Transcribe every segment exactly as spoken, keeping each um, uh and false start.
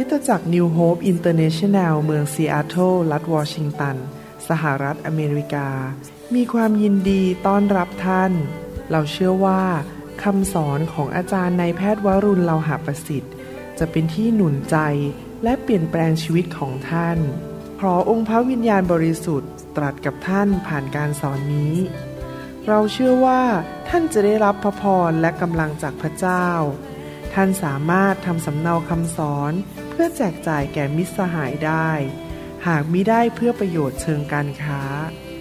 ตจักร New Hope International เมืองซีแอตเทิลรัฐวอชิงตันสหรัฐอเมริกามีความยินดีต้อนรับท่านเราเชื่อว่าคำสอนของอาจารย์นายแพทย์วรุณ เลาหะประสิทธิ์จะเป็นที่หนุนใจและเปลี่ยนแปลงชีวิตของท่านขอองค์พระวิญญาณบริสุทธิ์ตรัสกับท่านผ่านการสอนนี้เราเชื่อว่าท่านจะได้รับพระพรและกำลังจากพระเจ้าท่านสามารถทำสำเนาคำสอนเพื่อแจกจ่ายแก่มิตรสหายได้หากมิได้เพื่อประโยชน์เชิงการค้า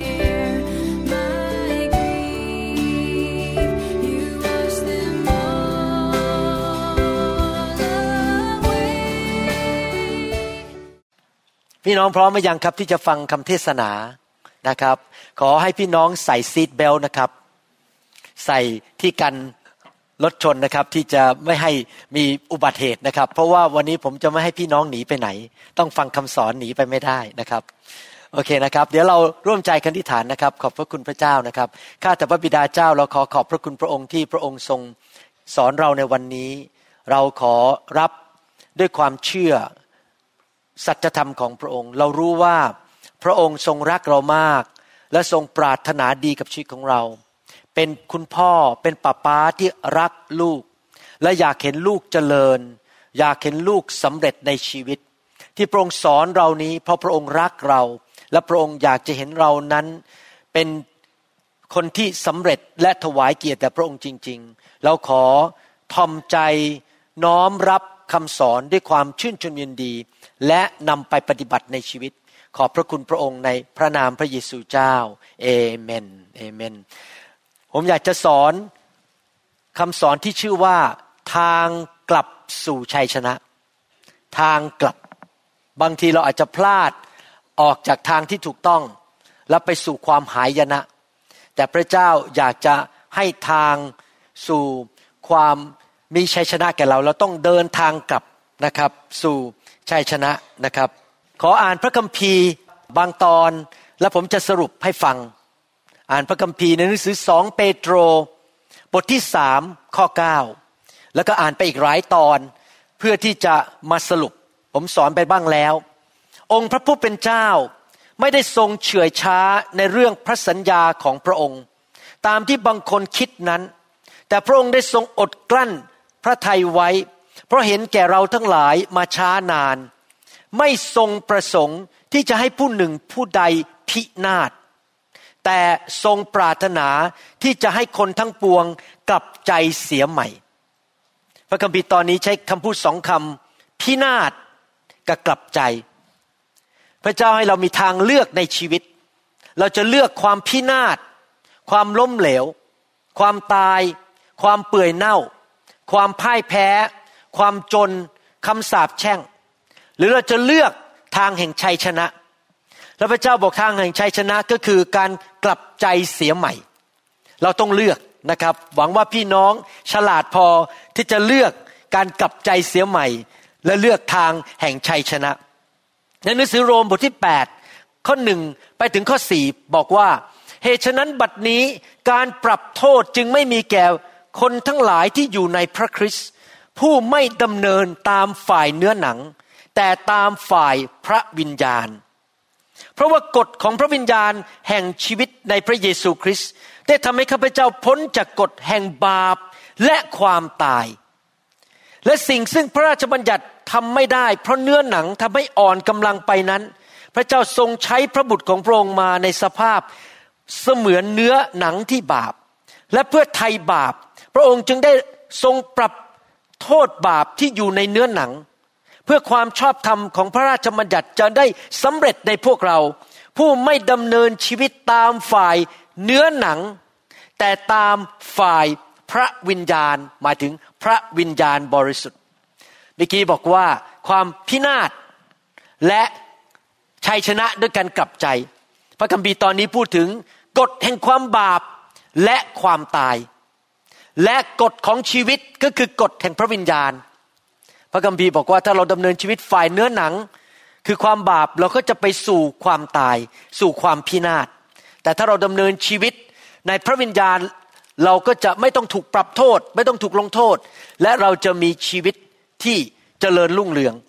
พี่น้องพร้อมหรือยังครับที่จะฟังคำเทศนานะครับขอให้พี่น้องใส่ซีทเบลต์นะครับใส่ที่กันรถชนนะครับที่จะไม่ให้มีอุบัติเหตุนะครับเพราะว่าวันนี้ผมจะไม่ให้พี่น้องหนีไปไหนต้องฟังคำสอนหนีไปไม่ได้นะครับโอเคนะครับเดี๋ยวเราร่วมใจกันอธิษฐานนะครับขอบพระคุณพระเจ้านะครับข้าแต่พระบิดาเจ้าเราขอขอบพระคุณพระองค์ที่พระองค์ทรงสอนเราในวันนี้เราขอรับด้วยความเชื่อสัจธรรมของพระองค์เรารู้ว่าพระองค์ทรงรักเรามากและทรงปรารถนาดีกับชีวิตของเราเป็นคุณพ่อเป็นป้าป้าที่รักลูกและอยากเห็นลูกเจริญอยากเห็นลูกสำเร็จในชีวิตที่พระองค์สอนเรานี้เพราะพระองค์รักเราและพระองค์อยากจะเห็นเรานั้นเป็นคนที่สำเร็จและถวายเกียรติแด่พระองค์จริงๆเราขอทอมใจน้อมรับคำสอนด้วยความชื่นชมยินดีและนำไปปฏิบัติในชีวิตขอบพระคุณพระองค์ในพระนามพระเยซูเจ้าเอเมนเอเมนผมอยากจะสอนคำสอนที่ชื่อว่าทางกลับสู่ชัยชนะทางกลับบางทีเราอาจจะพลาดออกจากทางที่ถูกต้องแล้วไปสู่ความหายนะแต่พระเจ้าอยากจะให้ทางสู่ความมีชัยชนะแก่เราเราต้องเดินทางกลับนะครับสู่ชัยชนะนะครับขออ่านพระคัมภีร์บางตอนและผมจะสรุปให้ฟังอ่านพระคัมภีร์ในหนังสือสองเปโตรบทที่สามข้อเก้าแล้วก็อ่านไปอีกหลายตอนเพื่อที่จะมาสรุปผมสอนไปบ้างแล้วองค์พระผู้เป็นเจ้าไม่ได้ทรงเฉื่อยช้าในเรื่องพระสัญญาของพระองค์ตามที่บางคนคิดนั้นแต่พระองค์ได้ทรงอดกลั้นพระทัยไว้เพราะเห็นแก่เราทั้งหลายมาช้านานไม่ทรงประสงค์ที่จะให้ผู้หนึ่งผู้ใดพินาศแต่ทรงปรารถนาที่จะให้คนทั้งปวงกลับใจเสียใหม่พระคัมภีร์ตอนนี้ใช้คำพูดสองคำพินาศกับกลับใจพระเจ้าให้เรามีทางเลือกในชีวิตเราจะเลือกความพินาศความล้มเหลวความตายความเปื่อยเน่าความพ่ายแพ้ความจนคำสาปแช่งหรือเราจะเลือกทางแห่งชัยชนะแล้วพระเจ้าบอกทางแห่งชัยชนะก็คือการกลับใจเสียใหม่เราต้องเลือกนะครับหวังว่าพี่น้องฉลาดพอที่จะเลือกการกลับใจเสียใหม่และเลือกทางแห่งชัยชนะในหนังสือโรมบทที่แปดข้อหนึ่งไปถึงข้อสี่บอกว่าเหตุฉะนั้นบัดนี้การปรับโทษจึงไม่มีแก่คนทั้งหลายที่อยู่ในพระคริสต์ผู้ไม่ดำเนินตามฝ่ายเนื้อหนังแต่ตามฝ่ายพระวิญญาณเพราะว่ากฎของพระวิญญาณแห่งชีวิตในพระเยซูคริสต์ได้ทำให้ข้าพเจ้าพ้นจากกฎแห่งบาปและความตายและสิ่งซึ่งพระราชบัญญัติทำไม่ได้เพราะเนื้อหนังทำให้อ่อนกำลังไปนั้นพระเจ้าทรงใช้พระบุตรของพระองค์มาในสภาพเสมือนเนื้อหนังที่บาปและเพื่อไถ่บาปพระองค์จึงได้ทรงปรับโทษบาปที่อยู่ในเนื้อหนังเพื่อความชอบธรรมของพระราชบัญญัติจะได้สำเร็จในพวกเราผู้ไม่ดำเนินชีวิตตามฝ่ายเนื้อหนังแต่ตามฝ่ายพระวิญญาณหมายถึงพระวิญญาณบริสุทธิ์เมื่อกี้บอกว่าความพินาศและชัยชนะด้วยการกลับใจพระคัมภีร์ตอนนี้พูดถึงกฎแห่งความบาปและความตายและกฎของชีวิตก็คือกฎแห่งพระวิญญาณพระคัมภีร์บอกว่าถ้าเราดำเนินชีวิตฝ่ายเนื้อหนังคือความบาปเราก็จะไปสู่ความตายสู่ความพินาศแต่ถ้าเราดำเนินชีวิตในพระวิญญาณเราก็จะไม่ต้องถูกปรับโทษไม่ต้องถูกลงโทษและเราจะมีชีวิตที่เจริญรุ่งเรือง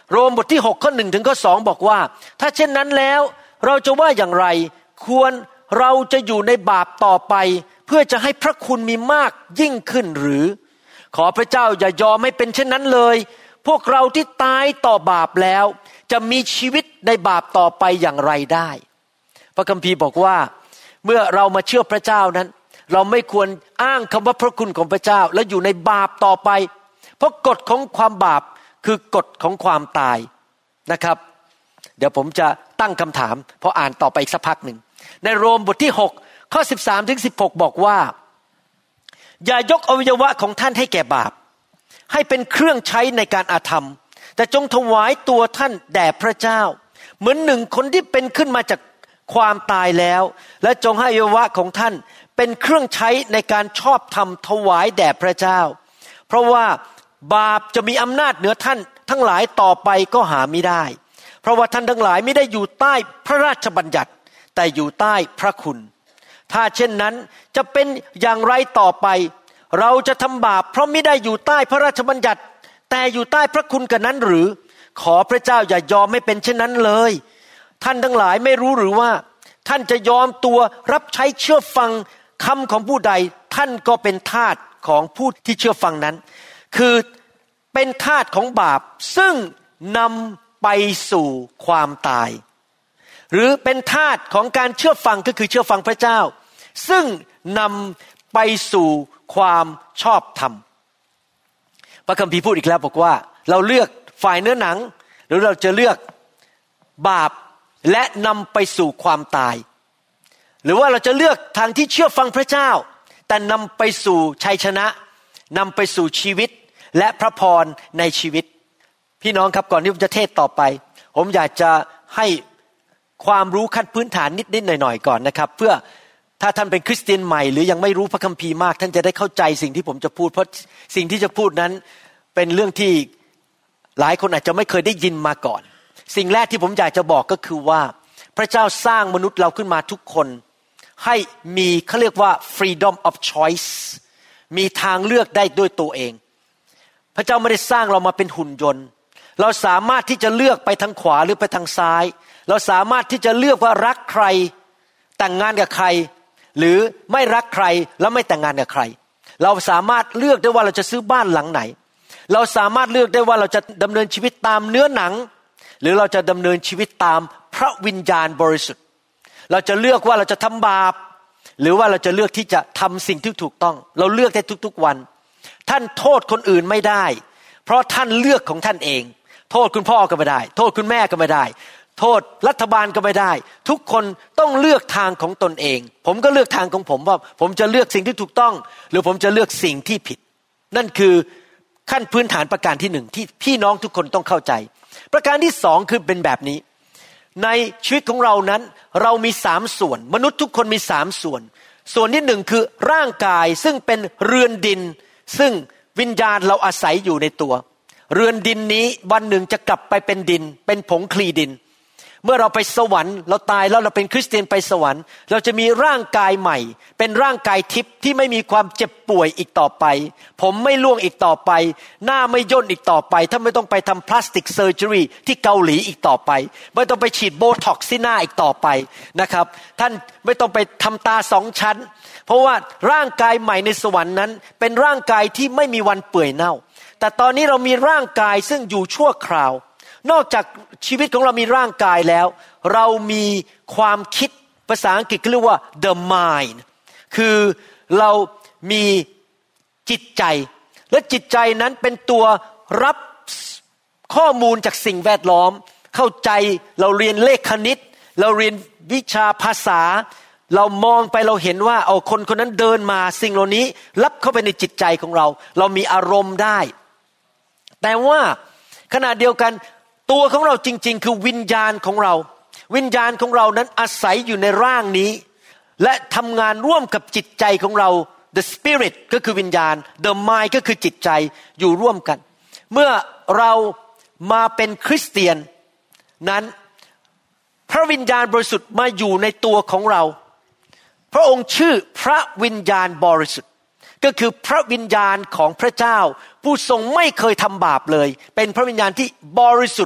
โรมบทที่หกข้อหนึ่งถึงข้อสองบอกว่าถ้าเช่นนั้นแล้วเราจะว่าอย่างไรควรเราจะอยู่ในบาปต่อไปเพื่อจะให้พระคุณมีมากยิ่งขึ้นหรือขอพระเจ้าอย่ายอมให้เป็นเช่นนั้นเลยพวกเราที่ตายต่อบาปแล้วจะมีชีวิตในบาปต่อไปอย่างไรได้พระคัมภีร์บอกว่าเมื่อเรามาเชื่อพระเจ้านั้นเราไม่ควรอ้างคำว่าพระคุณของพระเจ้าและอยู่ในบาปต่อไปเพราะกฎของความบาปคือกฎของความตายนะครับเดี๋ยวผมจะตั้งคำถามพออ่านต่อไปอีกสักพักหนึ่งในโรมบทที่หกข้อสิบสามถึงสิบหกบอกว่าอย่ายกอวัยวะของท่านให้แก่บาปให้เป็นเครื่องใช้ในการอาธรรมแต่จงถวายตัวท่านแด่พระเจ้าเหมือนหนึ่งคนที่เป็นขึ้นมาจากความตายแล้วและจงให้อวัยวะของท่านเป็นเครื่องใช้ในการชอบธรรมถวายแด่พระเจ้าเพราะว่าบาปจะมีอำนาจเหนือท่านทั้งหลายต่อไปก็หาไม่ได้เพราะว่าท่านทั้งหลายไม่ได้อยู่ใต้พระราชบัญญัติแต่อยู่ใต้พระคุณถ้าเช่นนั้นจะเป็นอย่างไรต่อไปเราจะทำบาปเพราะไม่ได้อยู่ใต้พระราชบัญญัติแต่อยู่ใต้พระคุณกันนั้นหรือขอพระเจ้าอย่ายอมให้เป็นเช่นนั้นเลยท่านทั้งหลายไม่รู้หรือว่าท่านจะยอมตัวรับใช้เชื่อฟังคำของผู้ใดท่านก็เป็นทาสของผู้ที่เชื่อฟังนั้นคือเป็นทาสของบาปซึ่งนำไปสู่ความตายหรือเป็นทาสของการเชื่อฟังก็คือเชื่อฟังพระเจ้าซึ่งนำไปสู่ความชอบธรรมพระคัมภีร์พูดอีกแล้วบอกว่าเราเลือกฝ่ายเนื้อหนังหรือเราจะเลือกบาปและนำไปสู่ความตายหรือว่าเราจะเลือกทางที่เชื่อฟังพระเจ้าแต่นำไปสู่ชัยชนะนำไปสู่ชีวิตและพระพรในชีวิตพี่น้องครับก่อนที่ผมจะเทศต่อไปผมอยากจะให้ความรู้ขั้นพื้นฐานนิดๆหน่อยๆก่อนนะครับเพื่อถ้าท่านเป็นคริสเตียนใหม่หรือยังไม่รู้พระคัมภีร์มากท่านจะได้เข้าใจสิ่งที่ผมจะพูดเพราะสิ่งที่จะพูดนั้นเป็นเรื่องที่หลายคนอาจจะไม่เคยได้ยินมาก่อนสิ่งแรกที่ผมอยากจะบอกก็คือว่าพระเจ้าสร้างมนุษย์เราขึ้นมาทุกคนให้มีเขาเรียกว่า freedom of choice มีทางเลือกได้ด้วยตัวเองพระเจ้าไม่ได้สร้างเรามาเป็นหุ่นยนต์เราสามารถที่จะเลือกไปทางขวาหรือไปทางซ้ายเราสามารถที่จะเลือกว่ารักใครแต่งงานกับใครหรือไม่รักใครแล้วไม่แต่งงานกับใครเราสามารถเลือกได้ว่าเราจะซื้อบ้านหลังไหนเราสามารถเลือกได้ว่าเราจะดำเนินชีวิตตามเนื้อหนังหรือเราจะดำเนินชีวิตตามพระวิญญาณบริสุทธิ์เราจะเลือกว่าเราจะทำบาปหรือว่าเราจะเลือกที่จะทำสิ่งที่ถูกต้องเราเลือกได้ทุกๆวันท่านโทษคนอื่นไม่ได้เพราะท่านเลือกของท่านเองโทษคุณพ่อก็ไม่ได้โทษคุณแม่ก็ไม่ได้โทษรัฐบาลก็ไม่ได้ทุกคนต้องเลือกทางของตนเองผมก็เลือกทางของผมว่าผมจะเลือกสิ่งที่ถูกต้องหรือผมจะเลือกสิ่งที่ผิดนั่นคือขั้นพื้นฐานประการที่หนึ่งที่พี่น้องทุกคนต้องเข้าใจประการที่สองคือเป็นแบบนี้ในชีวิตของเรานั้นเรามีสามส่วนมนุษย์ทุกคนมีสามส่วนส่วนที่หนึ่งคือร่างกายซึ่งเป็นเรือนดินซึ่งวิญญาณเราอาศัยอยู่ในตัวเรือนดินนี้วันหนึ่งจะกลับไปเป็นดินเป็นผงคลีดินเมื่อเราไปสวรรค์เราตายแล้วเราเป็นคริสเตียนไปสวรรค์เราจะมีร่างกายใหม่เป็นร่างกายทิพย์ที่ไม่มีความเจ็บป่วยอีกต่อไปผมไม่ร่วงอีกต่อไปหน้าไม่ย่นอีกต่อไปถ้าไม่ต้องไปทำพลาสติกเซอร์เจอรี่ที่เกาหลีอีกต่อไปไม่ต้องไปฉีดโบท็อกซ์ที่หน้าอีกต่อไปนะครับท่านไม่ต้องไปทำตาสองชั้นเพราะว่าร่างกายใหม่ในสวรรค์นั้นเป็นร่างกายที่ไม่มีวันเปื่อยเน่าแต่ตอนนี้เรามีร่างกายซึ่งอยู่ชั่วคราวนอกจากชีวิตของเรามีร่างกายแล้วเรามีความคิดภาษาอังกฤษเรียกว่า the mind คือเรามีจิตใจและจิตใจนั้นเป็นตัวรับข้อมูลจากสิ่งแวดล้อมเข้าใจเราเรียนเลขคณิตเราเรียนวิชาภาษาเรามองไปเราเห็นว่าเอาคนคนนั้นเดินมาสิ่งเหล่านี้รับเข้าไปในจิตใจของเราเรามีอารมณ์ได้แต่ว่าขณะเดียวกันตัวของเราจริงๆคือวิญญาณของเราวิญญาณของเรานั้นอาศัยอยู่ในร่างนี้และทำงานร่วมกับจิตใจของเรา the spirit ก็คือวิญญาณ the mind ก็คือจิตใจอยู่ร่วมกันเมื่อเรามาเป็นคริสเตียนนั้นพระวิญญาณบริสุทธิ์มาอยู่ในตัวของเราพระองค์ชื่อพระวิญญาณบริสุทธิ์ก็คือพระวิญญาณของพระเจ้าผู้ทรงไม่เคยทำบาปเลยเป็นพระวิญญาณที่บริสุทธิ์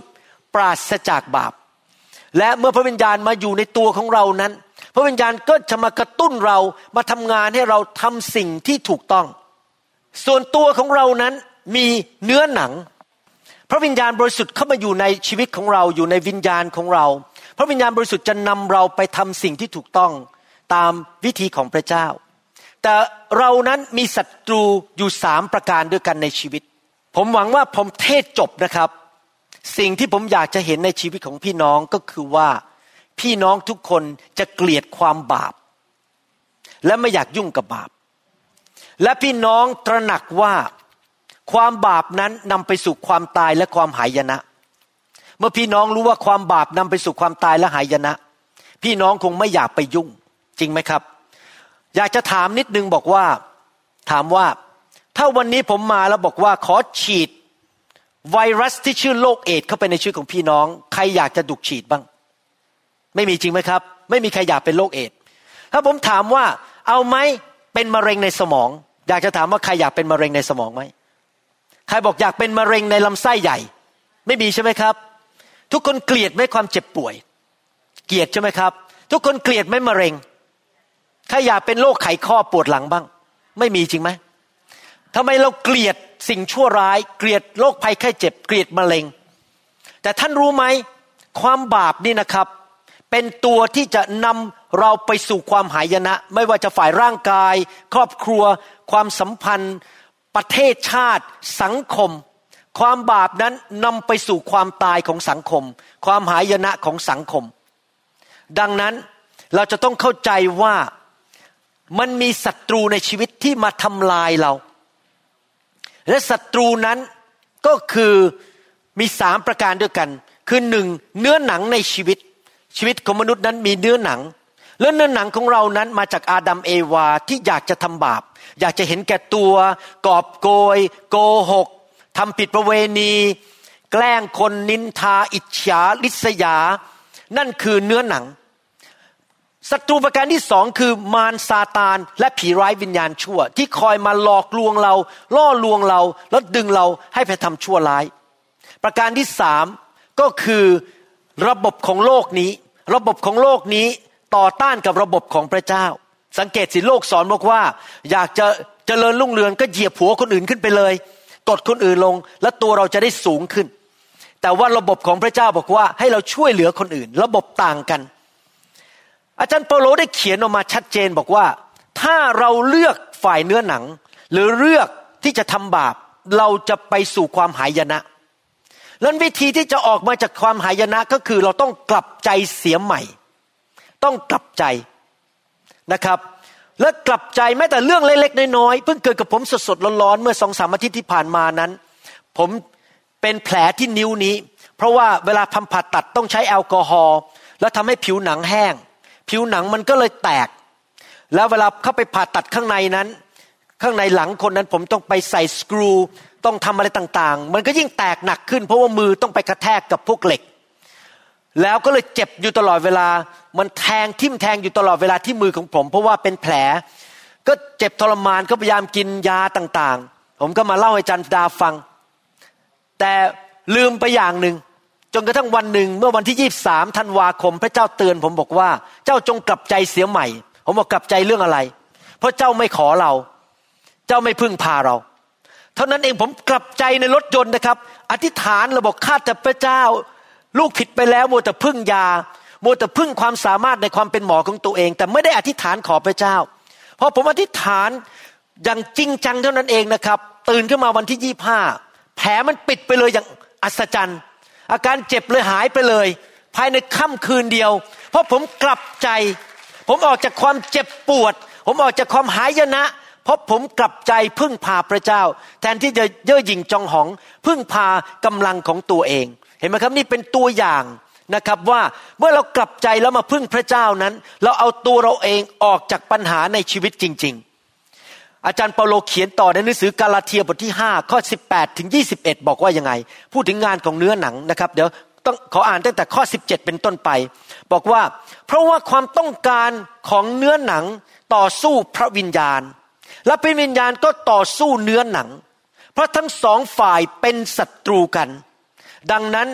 ปราศจากบาปและเมื่อพระวิญญาณมาอยู่ในตัวของเรานั้นพระวิญญาณก็จะมากระตุ้นเรามาทำงานให้เราทำสิ่งที่ถูกต้องส่วนตัวของเรานั้นมีเนื้อหนังพระวิญญาณบริสุทธิ์เข้ามาอยู่ในชีวิตของเราอยู่ในวิญญาณของเราพระวิญญาณบริสุทธิ์จะนำเราไปทำสิ่งที่ถูกต้องตามวิธีของพระเจ้าแต่เรานั้นมีศัตรูอยู่สามประการด้วยกันในชีวิตผมหวังว่าผมเทศจบนะครับสิ่งที่ผมอยากจะเห็นในชีวิตของพี่น้องก็คือว่าพี่น้องทุกคนจะเกลียดความบาปและไม่อยากยุ่งกับบาปและพี่น้องตระหนักว่าความบาปนั้นนำไปสู่ความตายและความหายนะเมื่อพี่น้องรู้ว่าความบาปนำไปสู่ความตายและหายนะพี่น้องคงไม่อยากไปยุ่งจริงไหมครับอยากจะถามนิดนึงบอกว่าถามว่าถ้าวันนี้ผมมาแล้วบอกว่าขอฉีดไวรัสที่ชื่อโรคเอดส์เข้าไปในชีวิตของพี่น้องใครอยากจะถูกฉีดบ้างไม่มีจริงไหมครับไม่มีใครอยากเป็นโรคเอดส์ถ้าผมถามว่าเอาไหมเป็นมะเร็งในสมองอยากจะถามว่าใครอยากเป็นมะเร็งในสมองไหมใครบอกอยากเป็นมะเร็งในลำไส้ใหญ่ไม่มีใช่ไหมครับทุกคนเกลียดไหมความเจ็บป่วยเกลียดใช่ไหมครับทุกคนเกลียดไหมมะเร็งใครอยากเป็นโรคไขข้อปวดหลังบ้างไม่มีจริงไหมทำไมเราเกลียดสิ่งชั่วร้ายเกลียดโรคภัยไข้เจ็บเกลียดมะเร็งแต่ท่านรู้ไหมความบาปนี่นะครับเป็นตัวที่จะนำเราไปสู่ความหายนะไม่ว่าจะฝ่ายร่างกายครอบครัวความสัมพันธ์ประเทศชาติสังคมความบาปนั้นนำไปสู่ความตายของสังคมความหายนะของสังคมดังนั้นเราจะต้องเข้าใจว่ามันมีศัตรูในชีวิตที่มาทำลายเราและศัตรูนั้นก็คือมีสามประการด้วยกันคือหนึ่งเนื้อหนังในชีวิตชีวิตของมนุษย์นั้นมีเนื้อหนังและเนื้อหนังของเรานั้นมาจากอาดัมเอวาที่อยากจะทำบาปอยากจะเห็นแก่ตัวกอบโกยโกหกทำผิดประเวณีแกล้งคนนินทาอิจฉาริษยานั่นคือเนื้อหนังศัตรูประการที่สองคือมารซาตานและผีร้ายวิญญาณชั่วที่คอยมาหลอกลวงเราล่อลวงเราแล้วดึงเราให้ไปทำชั่วร้ายประการที่สามก็คือระบบของโลกนี้ระบบของโลกนี้ต่อต้านกับระบบของพระเจ้าสังเกตสิโลกสอนบอกว่าอยากจะเจริญรุ่งเรืองก็เหยียบหัวคนอื่นขึ้นไปเลยกดคนอื่นลงแล้วตัวเราจะได้สูงขึ้นแต่ว่าระบบของพระเจ้าบอกว่าให้เราช่วยเหลือคนอื่นระบบต่างกันอาจารย์เปาโลได้เขียนออกมาชัดเจนบอกว่าถ้าเราเลือกฝ่ายเนื้อหนังหรือเลือกที่จะทำบาปเราจะไปสู่ความหายนะและวิธีที่จะออกมาจากความหายนะก็คือเราต้องกลับใจเสียใหม่ต้องกลับใจนะครับและกลับใจแม้แต่เรื่องเล็กๆน้อยๆเพิ่งเกิดกับผมสดๆร้อนๆเมื่อ สองสาม อาทิตย์ที่ผ่านมานั้นผมเป็นแผลที่นิ้วนี้เพราะว่าเวลาทำผ่าตัดต้องใช้แอลกอฮอล์แล้วทำให้ผิวหนังแห้งผิวหนังมันก็เลยแตกแล้วเวลาเข้าไปผ่าตัดข้างในนั้นข้างในหลังคนนั้นผมต้องไปใส่สกรูต้องทำอะไรต่างๆมันก็ยิ่งแตกหนักขึ้นเพราะว่ามือต้องไปกระแทกกับพวกเหล็กแล้วก็เลยเจ็บอยู่ตลอดเวลามันแทงทิ่มแทงอยู่ตลอดเวลาที่มือของผมเพราะว่าเป็นแผลก็เจ็บทรมานก็พยายามกินยาต่างๆผมก็มาเล่าให้อาจารย์ดาฟังแต่ลืมไปอย่างหนึ่งจนกระทั่งวันหนึ่งเมื่อวันที่ยี่สิบสามธันวาคมพระเจ้าเตือนผมบอกว่าเจ้าจงกลับใจเสียใหม่ผมบอกกลับใจเรื่องอะไรเพราะเจ้าไม่ขอเราเจ้าไม่พึ่งพาเราเท่านั้นเองผมกลับใจในรถยนต์นะครับอธิษฐานเราบอกข้าแต่พระเจ้าลูกผิดไปแล้วมัวแต่พึ่งยามัวแต่พึ่งความสามารถในความเป็นหมอของตัวเองแต่ไม่ได้อธิษฐานขอพระเจ้าพอผมอธิษฐานอย่างจริงจังเท่านั้นเองนะครับตื่นขึ้นมาวันที่ยี่สิบห้าแผลมันปิดไปเลยอย่างอัศจรรย์อาการเจ็บเลยหายไปเลยภายในค่ำคืนเดียวเพราะผมกลับใจผมออกจากความเจ็บปวดผมออกจากความหายนะเพราะผมกลับใจพึ่งพาพระเจ้าแทนที่จะเย่อหยิ่งจองหองพึ่งพากำลังของตัวเองเห็นไหมครับนี่เป็นตัวอย่างนะครับว่าเมื่อเรากลับใจแล้วมาพึ่งพระเจ้านั้นเราเอาตัวเราเองออกจากปัญหาในชีวิตจริงๆอาจารย์เปาโลเขียนต่อในหนังสือกาลาเทียบทที่ห้าข้อสิบแปดถึงยี่สิบเอ็ดบอกว่ายังไงพูดถึงงานของเนื้อหนังนะครับเดี๋ยวต้องขออ่านตั้งแต่ข้อสิบเจ็ดเป็นต้นไปบอกว่าเพราะว่าความต้องการของเนื้อหนังต่อสู้พระวิญญาณและพระวิญญาณก็ต่อสู้เนื้อหนังเพราะทั้งสองฝ่ายเป็นศัตรูกันดังนั้น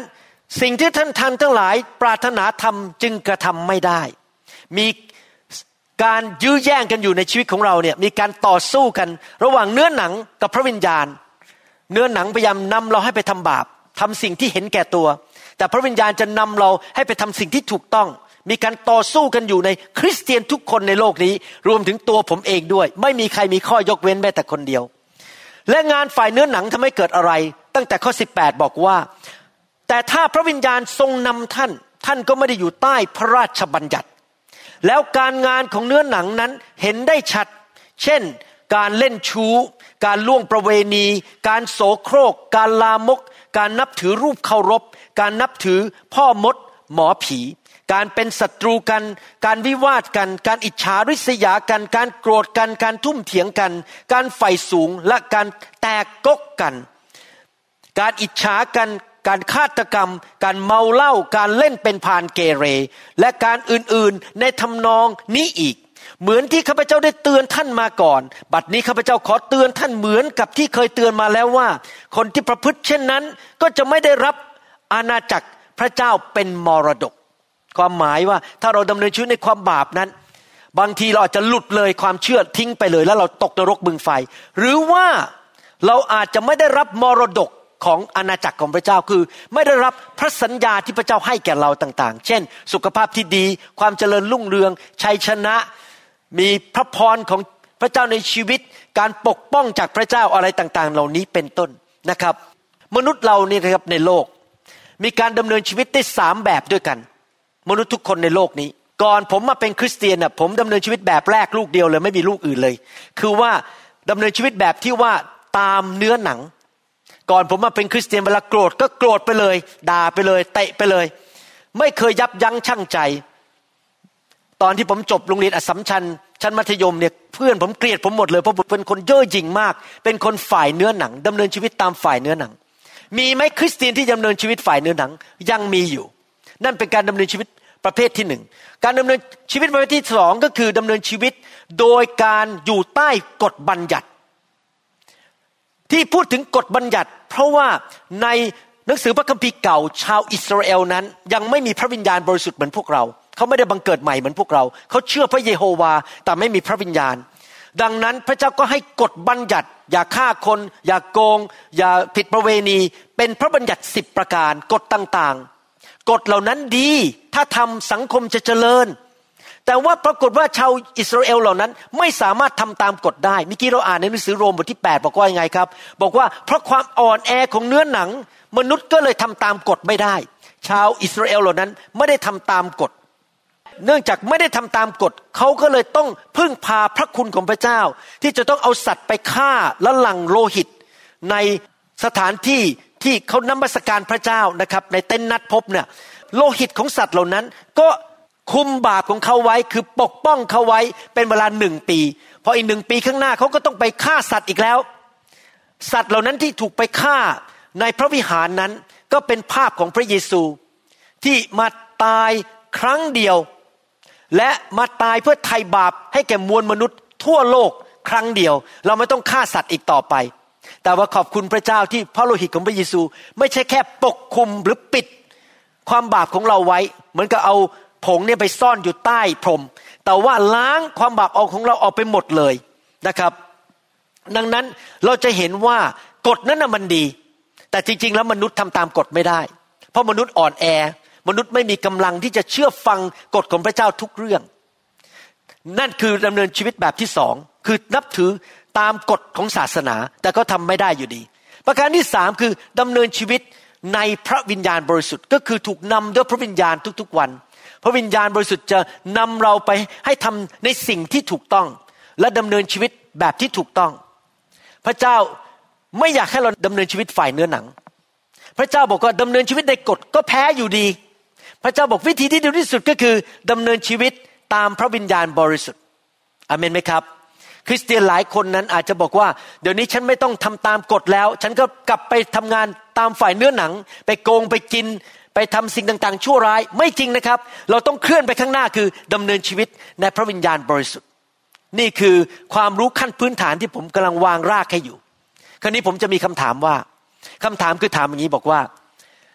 สิ่งที่ท่านท่านทั้งหลายปรารถนาทำจึงกระทำไม่ได้มีการยื้อแย่งกันอยู่ในชีวิตของเราเนี่ยมีการต่อสู้กันระหว่างเนื้อหนังกับพระวิญญาณเนื้อหนังพยายามนำเราให้ไปทำบาปทำสิ่งที่เห็นแก่ตัวแต่พระวิญญาณจะนำเราให้ไปทำสิ่งที่ถูกต้องมีการต่อสู้กันอยู่ในคริสเตียนทุกคนในโลกนี้รวมถึงตัวผมเองด้วยไม่มีใครมีข้อยกเว้นแม้แต่คนเดียวและงานฝ่ายเนื้อหนังทำให้เกิดอะไรตั้งแต่ข้อสิบแปดบอกว่าแต่ถ้าพระวิญญาณทรงนำท่านท่านก็ไม่ได้อยู่ใต้พระราชบัญญัติแล้วการงานของเนื้อหนังนั้นเห็นได้ชัดเช่นการเล่นชู้การล่วงประเวณีการโสโครกการลามกการนับถือรูปเคารพการนับถือพ่อมดหมอผีการเป็นศัตรูกันการวิวาทกันการอิจฉาริษยากันการโกรธกันการทุ่มเถียงกันการใฝ่สูงและการแตกกกกันการอิจฉากันการฆาตกรรมการเมาเหล้าการเล่นเป็นพานเกเรและการอื่นๆในทำนองนี้อีกเหมือนที่ข้าพเจ้าได้เตือนท่านมาก่อนบัดนี้ข้าพเจ้าขอเตือนท่านเหมือนกับที่เคยเตือนมาแล้วว่าคนที่ประพฤติเช่นนั้นก็จะไม่ได้รับอาณาจักรพระเจ้าเป็นมรดกความหมายว่าถ้าเราดำเนินชีวิตในความบาปนั้นบางทีเราอาจจะหลุดเลยความเชื่อทิ้งไปเลยแล้วเราตกนรกบึงไฟหรือว่าเราอาจจะไม่ได้รับมรดกของอาณาจักรของพระเจ้าคือไม่ได้รับพระสัญญาที่พระเจ้าให้แก่เราต่างๆเช่นสุขภาพที่ดีความเจริญรุ่งเรืองชัยชนะมีพระพรของพระเจ้าในชีวิตการปกป้องจากพระเจ้าอะไรต่างๆเหล่านี้เป็นต้นนะครับมนุษย์เรานี่นะครับในโลกมีการดำเนินชีวิตได้สามแบบด้วยกันมนุษย์ทุกคนในโลกนี้ก่อนผมมาเป็นคริสเตียนน่ะผมดำเนินชีวิตแบบแรกลูกเดียวเลยไม่มีลูกอื่นเลยคือว่าดำเนินชีวิตแบบที่ว่าตามเนื้อหนังก่อนผมมาเป็นคริสเตียนเวลาโกรธก็โกรธไปเลยด่าไปเลยเตะไปเลยไม่เคยยับยั้งชั่งใจตอนที่ผมจบโรงเรียนอัสสัมชัญชั้นมัธยมเนี่ยเพื่อนผมเกลียดผมหมดเลยเพราะผมเป็นคนเย่อหยิ่งมากเป็นคนฝ่ายเนื้อหนังดำเนินชีวิตตามฝ่ายเนื้อหนังมีไหมคริสเตียนที่ดำเนินชีวิตฝ่ายเนื้อหนังยังมีอยู่นั่นเป็นการดำเนินชีวิตประเภทที่หนึ่งการดำเนินชีวิตประเภทที่สองก็คือดำเนินชีวิตโดยการอยู่ใต้กฎบัญญัติที่พูดถึงกฎบัญญัติเพราะว่าในหนังสือพระคัมภีร์เก่าชาวอิสราเอลนั้นยังไม่มีพระวิญญาณบริสุทธิ์เหมือนพวกเราเขาไม่ได้บังเกิดใหม่เหมือนพวกเราเขาเชื่อพระเยโฮวาแต่ไม่มีพระวิญญาณดังนั้นพระเจ้าก็ให้กฎบัญญัติอย่าฆ่าคนอย่าโกงอย่าผิดประเวณีเป็นพระบัญญัติสิบประการกฎต่างๆกฎเหล่านั้นดีถ้าทำสังคมจะเจริญแต่ว่าปรากฏว่าชาวอิสราเอลเหล่านั้นไม่สามารถทำตามกฎได้เมื่อกี้เราอ่านในหนังสือโรมบทที่แปดบอกว่ายังไงครับบอกว่าเพราะความอ่อนแอของเนื้อหนังมนุษย์ก็เลยทำตามกฎไม่ได้ชาวอิสราเอลเหล่านั้นไม่ได้ทำตามกฎเนื่องจากไม่ได้ทำตามกฎเขาก็เลยต้องพึ่งพาพระคุณของพระเจ้าที่จะต้องเอาสัตว์ไปฆ่าและหลั่งโลหิตในสถานที่ที่เขานมัสการพระเจ้านะครับในเต็นท์นัดพบเนี่ยโลหิตของสัตว์เหล่านั้นก็คุมบาปของเขาไว้คือปกป้องเขาไว้เป็นเวลาหนึ่งปีพออีกหนึ่งปีข้างหน้าเขาก็ต้องไปฆ่าสัตว์อีกแล้วสัตว์เหล่านั้นที่ถูกไปฆ่าในพระวิหารนั้นก็เป็นภาพของพระเยซูที่มาตายครั้งเดียวและมาตายเพื่อไถ่บาปให้แก่มวลมนุษย์ทั่วโลกครั้งเดียวเราไม่ต้องฆ่าสัตว์อีกต่อไปแต่ว่าขอบคุณพระเจ้าที่พระโลหิตของพระเยซูไม่ใช่แค่ปกคลุมหรือปิดความบาปของเราไว้เหมือนกับเอาผงเนี่ยไปซ่อนอยู่ใต้พรมแต่ว่าล้างความบาปเอาของเราออกไปหมดเลยนะครับดังนั้นเราจะเห็นว่ากฎนั้นน่ะมันดีแต่จริงๆแล้วมนุษย์ทำตามกฎไม่ได้เพราะมนุษย์อ่อนแอมนุษย์ไม่มีกำลังที่จะเชื่อฟังกฎของพระเจ้าทุกเรื่องนั่นคือดำเนินชีวิตแบบที่สองคือนับถือตามกฎของศาสนาแต่ก็ทำไม่ได้อยู่ดีประการที่สามคือดำเนินชีวิตในพระวิญญาณบริสุทธิ์ก็คือถูกนำด้วยพระวิญญาณทุกๆวันพระวิญญาณบริสุทธิ์จะนำเราไปให้ทำในสิ่งที่ถูกต้องและดำเนินชีวิตแบบที่ถูกต้องพระเจ้าไม่อยากให้เราดำเนินชีวิตฝ่ายเนื้อหนังพระเจ้าบอกว่าดำเนินชีวิตในกฎก็แพ้อยู่ดีพระเจ้าบอกวิธีที่ดีที่สุดก็คือดำเนินชีวิตตามพระวิญญาณบริสุทธิ์อาเมนไหมครับคริสเตียนหลายคนนั้นอาจจะบอกว่าเดี๋ยวนี้ฉันไม่ต้องทำตามกฎแล้วฉันก็กลับไปทำงานตามฝ่ายเนื้อหนังไปโกงไปกินไปทำสิ่งต่างๆชั่วร้ายไม่จริงนะครับเราต้องเคลื่อนไปข้างหน้าคือดำเนินชีวิตในพระวิญญาณบริสุทธิ์นี่คือความรู้ขั้นพื้นฐานที่ผมกำลังวางรากให้อยู่คราวนี้ผมจะมีคำถามว่าคำถามคือถามอย่างนี้บอกว่า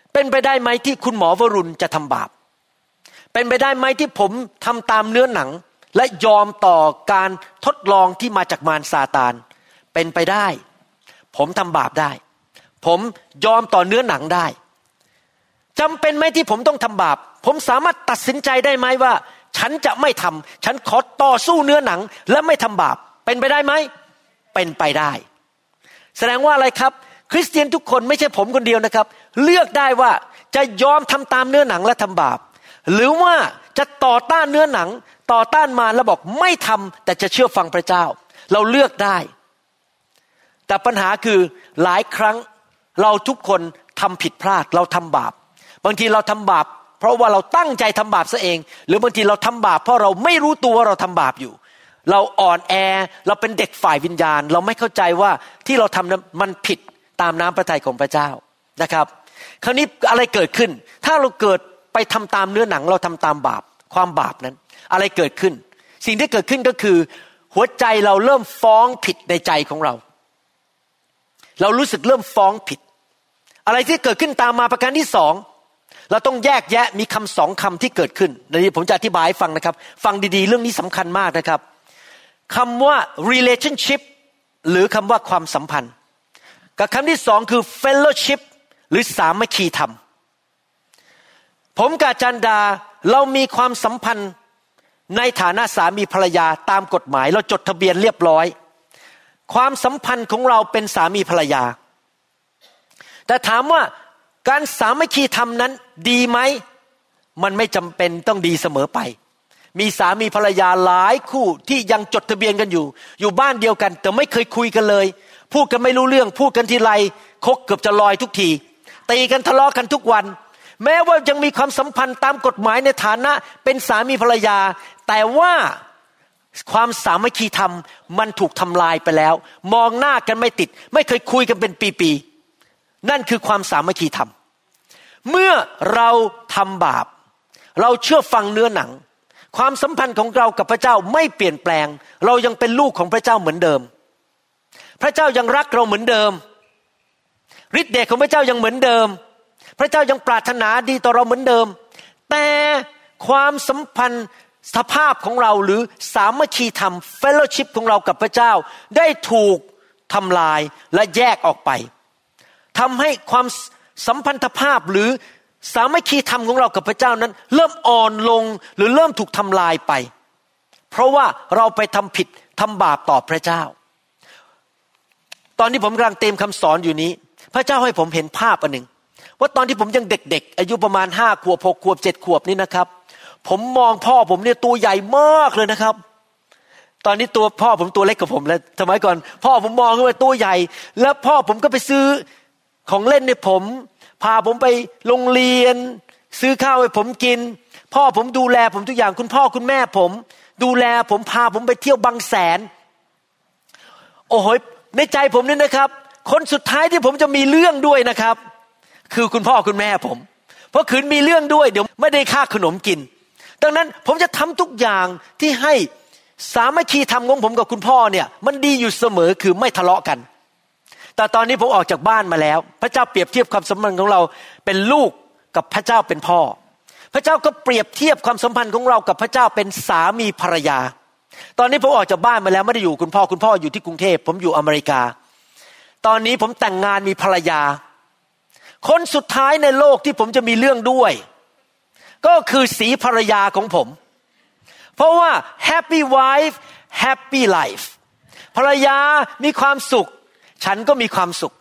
เป็นไปได้ไหมที่คุณหมอวรุณจะทำบาปเป็นไปได้ไหมที่ผมทำตามเนื้อหนังและยอมต่อการทดลองที่มาจากมารซาตานเป็นไปได้ผมทำบาปได้ผมยอมต่อเนื้อหนังได้จำเป็นไหมที่ผมต้องทำบาปผมสามารถตัดสินใจได้ไหมว่าฉันจะไม่ทำฉันขอต่อสู้เนื้อหนังและไม่ทำบาปเป็นไปได้ไหมเป็นไปได้แสดงว่าอะไรครับคริสเตียนทุกคนไม่ใช่ผมคนเดียวนะครับเลือกได้ว่าจะยอมทำตามเนื้อหนังและทำบาปหรือว่าจะต่อต้านเนื้อหนังต่อต้านมารแล้วบอกไม่ทำแต่จะเชื่อฟังพระเจ้าเราเลือกได้แต่ปัญหาคือหลายครั้งเราทุกคนทำผิดพลาดเราทำบาปบางทีเราทำบาปเพราะว่าเราตั้งใจทำบาปซะเองหรือบางทีเราทำบาปเพราะเราไม่รู้ตัวว่าเราทำบาปอยู่เราอ่อนแอเราเป็นเด็กฝ่ายวิญญาณเราไม่เข้าใจว่าที่เราทำนั้นมันผิดตามน้ำพระทัยของพระเจ้านะครับคราวนี้อะไรเกิดขึ้นถ้าเราเกิดไปทำตามเนื้อหนังเราทำตามบาปความบาปนั้นอะไรเกิดขึ้นสิ่งที่เกิดขึ้นก็คือหัวใจเราเริ่มฟ้องผิดในใจของเราเรารู้สึกเริ่มฟ้องผิดอะไรที่เกิดขึ้นตามมาประการที่สองเราต้องแยกแยะมีคำสองคำที่เกิดขึ้นในนี้ผมจะอธิบายให้ฟังนะครับฟังดีๆเรื่องนี้สำคัญมากนะครับคำว่า relationship หรือคำว่าความสัมพันธ์กับคำที่สองคือ fellowship หรือสามัคคีธรรมผมกับอาจารย์ดาเรามีความสัมพันธ์ในฐานะสามีภรรยาตามกฎหมายเราจดทะเบียนเรียบร้อยความสัมพันธ์ของเราเป็นสามีภรรยาแต่ถามว่าการสามัคคีธรรมนั้นดีไหมมันไม่จำเป็นต้องดีเสมอไปมีสามีภรรยาหลายคู่ที่ยังจดทะเบียนกันอยู่อยู่บ้านเดียวกันแต่ไม่เคยคุยกันเลยพูดกันไม่รู้เรื่องพูดกันทีไรคกเกือบจะลอยทุกทีตีกันทะเลาะกันทุกวันแม้ว่ายังมีความสัมพันธ์ตามกฎหมายในฐานะเป็นสามีภรรยาแต่ว่าความสามัคคีธรรมมันถูกทำลายไปแล้วมองหน้ากันไม่ติดไม่เคยคุยกันเป็นปีๆนั่นคือความสามัคคีธรรมเมื่อเราทำบาปเราเชื่อฟังเนื้อหนังความสัมพันธ์ของเรากับพระเจ้าไม่เปลี่ยนแปลงเรายังเป็นลูกของพระเจ้าเหมือนเดิมพระเจ้ายังรักเราเหมือนเดิมฤทธิ์เดชของพระเจ้ายังเหมือนเดิมพระเจ้ายังปรารถนาดีต่อเราเหมือนเดิมแต่ความสัมพันธ์สภาพของเราหรือสามัคคีธรรม fellowship ของเรากับพระเจ้าได้ถูกทำลายและแยกออกไปทำให้ความสัมพันธภาพหรือสามัคคีธรรมของเรากับพระเจ้านั้นเริ่มอ่อนลงหรือเริ่มถูกทำลายไปเพราะว่าเราไปทำผิดทำบาปต่อพระเจ้าตอนที่ผมกำลังเตรียมคำสอนอยู่นี้พระเจ้าให้ผมเห็นภาพอันหนึ่งว่าตอนที่ผมยังเด็กๆอายุประมาณห้าขวบหกขวบเจ็ดขวบนี่นะครับผมมองพ่อผมเนี่ยตัวใหญ่มากเลยนะครับตอนนี้ตัวพ่อผมตัวเล็กกว่าผมแล้วสมัยก่อนพ่อผมมองว่าตัวใหญ่แล้วพ่อผมก็ไปซื้อของเล่นให้ผมพาผมไปโรงเรียนซื้อข้าวให้ผมกินพ่อผมดูแลผมทุกอย่างคุณพ่อคุณแม่ผมดูแลผมพาผมไปเที่ยวบางแสนโอ้โหในใจผมนี่นะครับคนสุดท้ายที่ผมจะมีเรื่องด้วยนะครับคือคุณพ่อคุณแม่ผมเพราะขืนมีเรื่องด้วยเดี๋ยวไม่ได้ค่าขนมกินดังนั้นผมจะทำทุกอย่างที่ให้สามัคคีธรรมของผมกับคุณพ่อเนี่ยมันดีอยู่เสมอคือไม่ทะเลาะกันแต่ตอนนี้ผมออกจากบ้านมาแล้วพระเจ้าเปรียบเทียบความสัมพันธ์ของเราเป็นลูกกับพระเจ้าเป็นพ่อพระเจ้าก็เปรียบเทียบความสัมพันธ์ของเรากับพระเจ้าเป็นสามีภรรยาตอนนี้ผมออกจากบ้านมาแล้วไม่ได้อยู่คุณพ่อคุณพ่ออยู่ที่กรุงเทพผมอยู่อเมริกาตอนนี้ผมแต่งงานมีภรรยาคนสุดท้ายในโลกที่ผมจะมีเรื่องด้วยก็คือศรีภรรยาของผมเพราะว่า happy wife happy life ภรรยามีความสุขฉันก็มีความสุข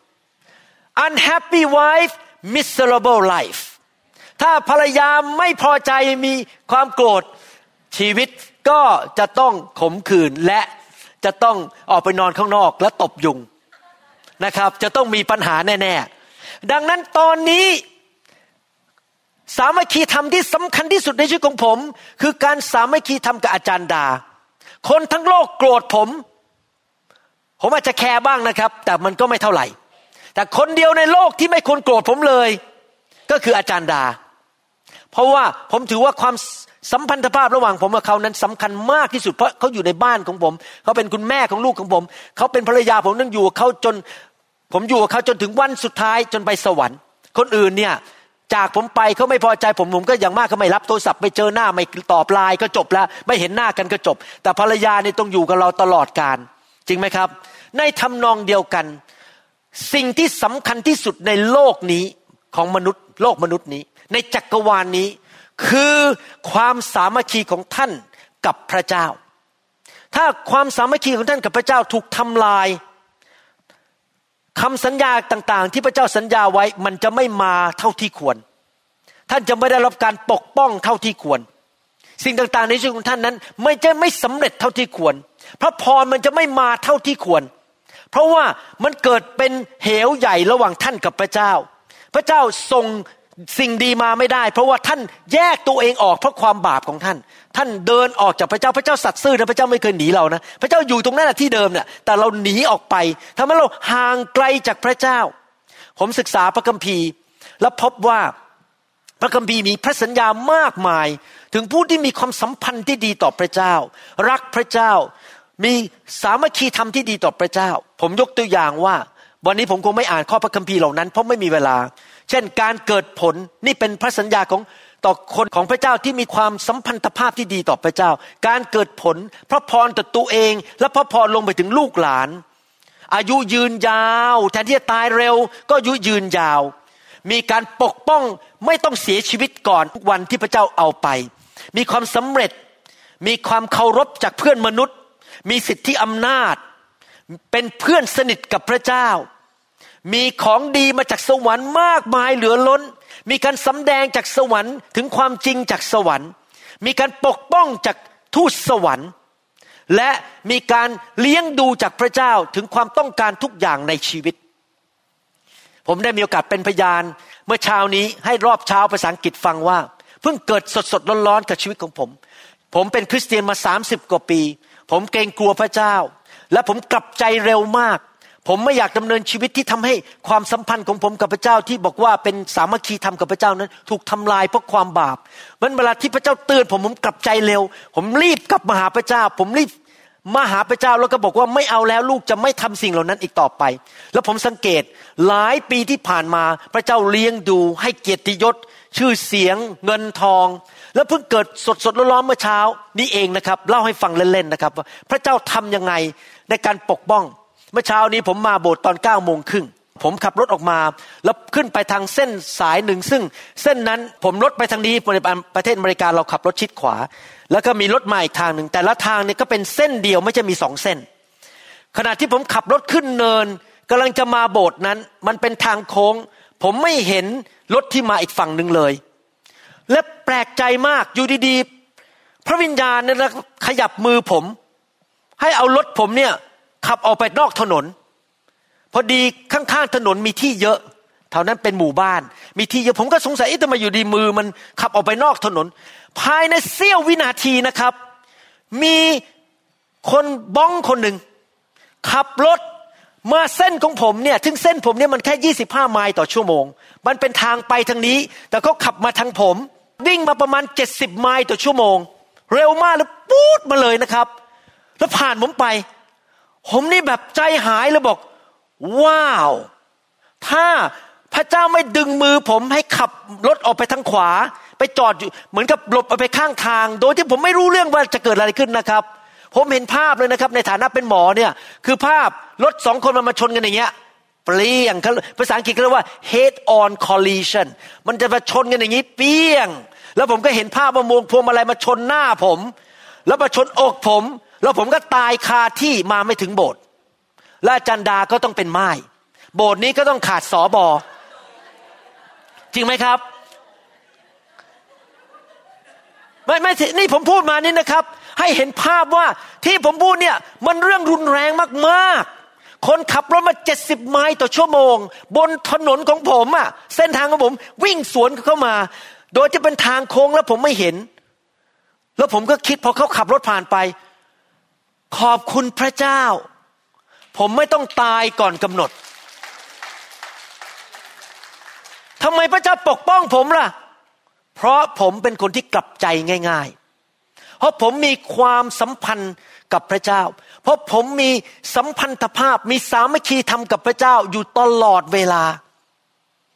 unhappy wife miserable life ถ้าภรรยาไม่พอใจมีความโกรธชีวิตก็จะต้องขมขื่นและจะต้องออกไปนอนข้างนอกและตบยุงนะครับจะต้องมีปัญหาแน่ๆดังนั้นตอนนี้สามัคคีธรรมที่สำคัญที่สุดในชีวิตของผมคือการสามัคคีธรรมกับอาจารย์ดาคนทั้งโลกโกรธผมผมอาจจะแคร์บ้างนะครับแต่มันก็ไม่เท่าไหร่แต่คนเดียวในโลกที่ไม่ควรโกรธผมเลยก็คืออาจารย์ดาเพราะว่าผมถือว่าความสัมพันธภาพระหว่างผมกับเขานั้นสำคัญมากที่สุดเพราะเขาอยู่ในบ้านของผมเขาเป็นคุณแม่ของลูกของผมเขาเป็นภรรยาผมต้องอยู่กับเขาจนผมอยู่กับเขาจนถึงวันสุดท้ายจนไปสวรรค์คนอื่นเนี่ยจากผมไปเขาไม่พอใจผมผมก็อย่างมากก็ไม่รับโทรศัพท์ไม่เจอหน้าไม่ตอบไลน์ก็จบแล้วไม่เห็นหน้ากันก็จบแต่ภรรยานี่ต้องอยู่กับเราตลอดกาลจริงไหมครับในทำนองเดียวกันสิ่งที่สำคัญที่สุดในโลกนี้ของมนุษย์โลกมนุษย์นี้ในจักรวาล น, นี้คือความสามัคคีของท่านกับพระเจ้าถ้าความสามัคคีของท่านกับพระเจ้าถูกทำลายคำสัญญาต่างๆที่พระเจ้าสัญญาไว้มันจะไม่มาเท่าที่ควรท่านจะไม่ได้รับการปกป้องเท่าที่ควรสิ่งต่างๆในชีวิตของท่านนั้นไม่จะไม่สำเร็จเท่าที่ควรพระพรมันจะไม่มาเท่าที่ควรเพราะว่ามันเกิดเป็นเหวใหญ่ระหว่างท่านกับพระเจ้าพระเจ้าส่งสิ่งดีมาไม่ได้เพราะว่าท่านแยกตัวเองออกเพราะความบาปของท่านท่านเดินออกจากพระเจ้าพระเจ้าสัตย์ซื่อนะพระเจ้าไม่เคยหนีเรานะพระเจ้าอยู่ตรงนั้นนะที่เดิมเนี่ยแต่เราหนีออกไปทำให้เราห่างไกลจากพระเจ้าผมศึกษาพระคัมภีร์แล้วพบว่าพระคัมภีร์มีพระสัญญามากมายถึงผู้ที่มีความสัมพันธ์ที่ดีต่อพระเจ้ารักพระเจ้ามีสามัคคีธรรมที่ดีต่อพระเจ้าผมยกตัวอย่างว่าวันนี้ผมคงไม่อ่านข้อพระคัมภีร์เหล่านั้นเพราะไม่มีเวลาเช่นการเกิดผลนี่เป็นพระสัญญาของต่อคนของพระเจ้าที่มีความสัมพันธภาพที่ดีต่อพระเจ้าการเกิดผลพระพรต่อตัวเองและพระพรลงไปถึงลูกหลานอายุยืนยาวแทนที่จะตายเร็วก็อายุยืนยาวมีการปกป้องไม่ต้องเสียชีวิตก่อนทุกวันที่พระเจ้าเอาไปมีความสำเร็จมีความเคารพจากเพื่อนมนุษย์มีสิทธิอำนาจเป็นเพื่อนสนิทกับพระเจ้ามีของดีมาจากสวรรค์มากมายเหลือล้นมีการสำแดงจากสวรรค์ถึงความจริงจากสวรรค์มีการปกป้องจากทูตสวรรค์และมีการเลี้ยงดูจากพระเจ้าถึงความต้องการทุกอย่างในชีวิตผมได้มีโอกาสเป็นพยานเมื่อเช้านี้ให้รอบเช้าภาษาอังกฤษฟังว่าเพิ่งเกิดสดๆร้อนๆกับชีวิตของผมผมเป็นคริสเตียนมาสามสิบกว่าปีผมเกรงกลัวพระเจ้าและผมกลับใจเร็วมากผมไม่อยากดำเนินชีวิตที่ทำให้ความสัมพันธ์ของผมกับพระเจ้าที่บอกว่าเป็นสามัคคีธรรมกับพระเจ้านั้นถูกทำลายเพราะความบาปมันเวลาที่พระเจ้าเตือนผมผมกลับใจเร็วผมรีบกลับมาหาพระเจ้าผมรีบมาหาพระเจ้าแล้วก็บอกว่าไม่เอาแล้วลูกจะไม่ทำสิ่งเหล่านั้นอีกต่อไปแล้วผมสังเกตหลายปีที่ผ่านมาพระเจ้าเลี้ยงดูให้เกียรติยศชื่อเสียงเงินทองแล้วเพิ่งเกิดสดๆร้อนๆเมื่อเช้านี่เองนะครับเล่าให้ฟังเล่นๆนะครับว่าพระเจ้าทำยังไงในการปกป้องเมื่อเช้านี้ผมมาโบสถ์ตอนเก้าโมงครึ่งผมขับรถออกมาแล้วขึ้นไปทางเส้นสายหนึ่งซึ่งเส้นนั้นผมรถไปทางนี้ประเทศอเมริกาเราขับรถชิดขวาแล้วก็มีรถมาอีกทางหนึ่งแต่ละทางเนี่ยก็เป็นเส้นเดียวไม่ใช่มีสองเส้นขณะที่ผมขับรถขึ้นเนินกำลังจะมาโบสถ์นั้นมันเป็นทางโค้งผมไม่เห็นรถที่มาอีกฝั่งหนึ่งเลยและแปลกใจมากอยู่ดีๆพระวิญญาณเนี่ยขยับมือผมให้เอารถผมเนี่ยขับออกไปนอกถนนพอดีข้างๆถนนมีที่เยอะแถวนั้นเป็นหมู่บ้านมีที่เยอะผมก็สงสัยเอ๊ะทำไมอยู่ดีมือมันขับออกไปนอกถนนภายในเสี้ยววินาทีนะครับมีคนบ้องคนหนึ่งขับรถมาเส้นของผมเนี่ยถึงเส้นผมเนี่ยมันแค่ยี่สิบห้าไมล์ต่อชั่วโมงมันเป็นทางไปทางนี้แต่เขาขับมาทางผมวิ่งมาประมาณเจ็ดสิบไมล์ต่อชั่วโมงเร็วมากแล้วปู๊ดมาเลยนะครับแล้วผ่านผมไปผมนี่แบบใจหายเลยบอกว้าวถ้าพระเจ้าไม่ดึงมือผมให้ขับรถออกไปทางขวาไปจอดอยู่เหมือนกับหลบไปข้างทางโดยที่ผมไม่รู้เรื่องว่าจะเกิดอะไรขึ้นนะครับผมเห็นภาพเลยนะครับในฐานะเป็นหมอเนี่ยคือภาพรถสองคนมันมาชนกันอย่างเงี้ยเปรี้ยงภาษาอังกฤษเรียกว่า head on collision มันจะมาชนกันอย่างนี้เปรี้ยงแล้วผมก็เห็นภาพว่ามวงพวงมาลัยมาชนหน้าผมแล้วมาชนอกผมแล้วผมก็ตายคาที่มาไม่ถึงโบสถ์และอาจารย์ดาก็ต้องเป็นม่ายโบสถ์นี้ก็ต้องขาดสบจริงไหมครับไม่ไม่นี่ผมพูดมานี่นะครับให้เห็นภาพว่าที่ผมพูดเนี่ยมันเรื่องรุนแรงมากๆคนขับรถมาเจ็ดสิบไมล์ต่อชั่วโมงบนถนนของผมอ่ะเส้นทางของผมวิ่งสวนเข้ามาโดยจะเป็นทางโค้งแล้วผมไม่เห็นแล้วผมก็คิดพอเขาขับรถผ่านไปขอบคุณพระเจ้าผมไม่ต้องตายก่อนกำหนดทำไมพระเจ้าปกป้องผมล่ะเพราะผมเป็นคนที่กลับใจง่ายๆเพราะผมมีความสัมพันธ์กับพระเจ้าเพราะผมมีสัมพันธภาพมีสามัคคีธรรมกับพระเจ้าอยู่ตลอดเวลา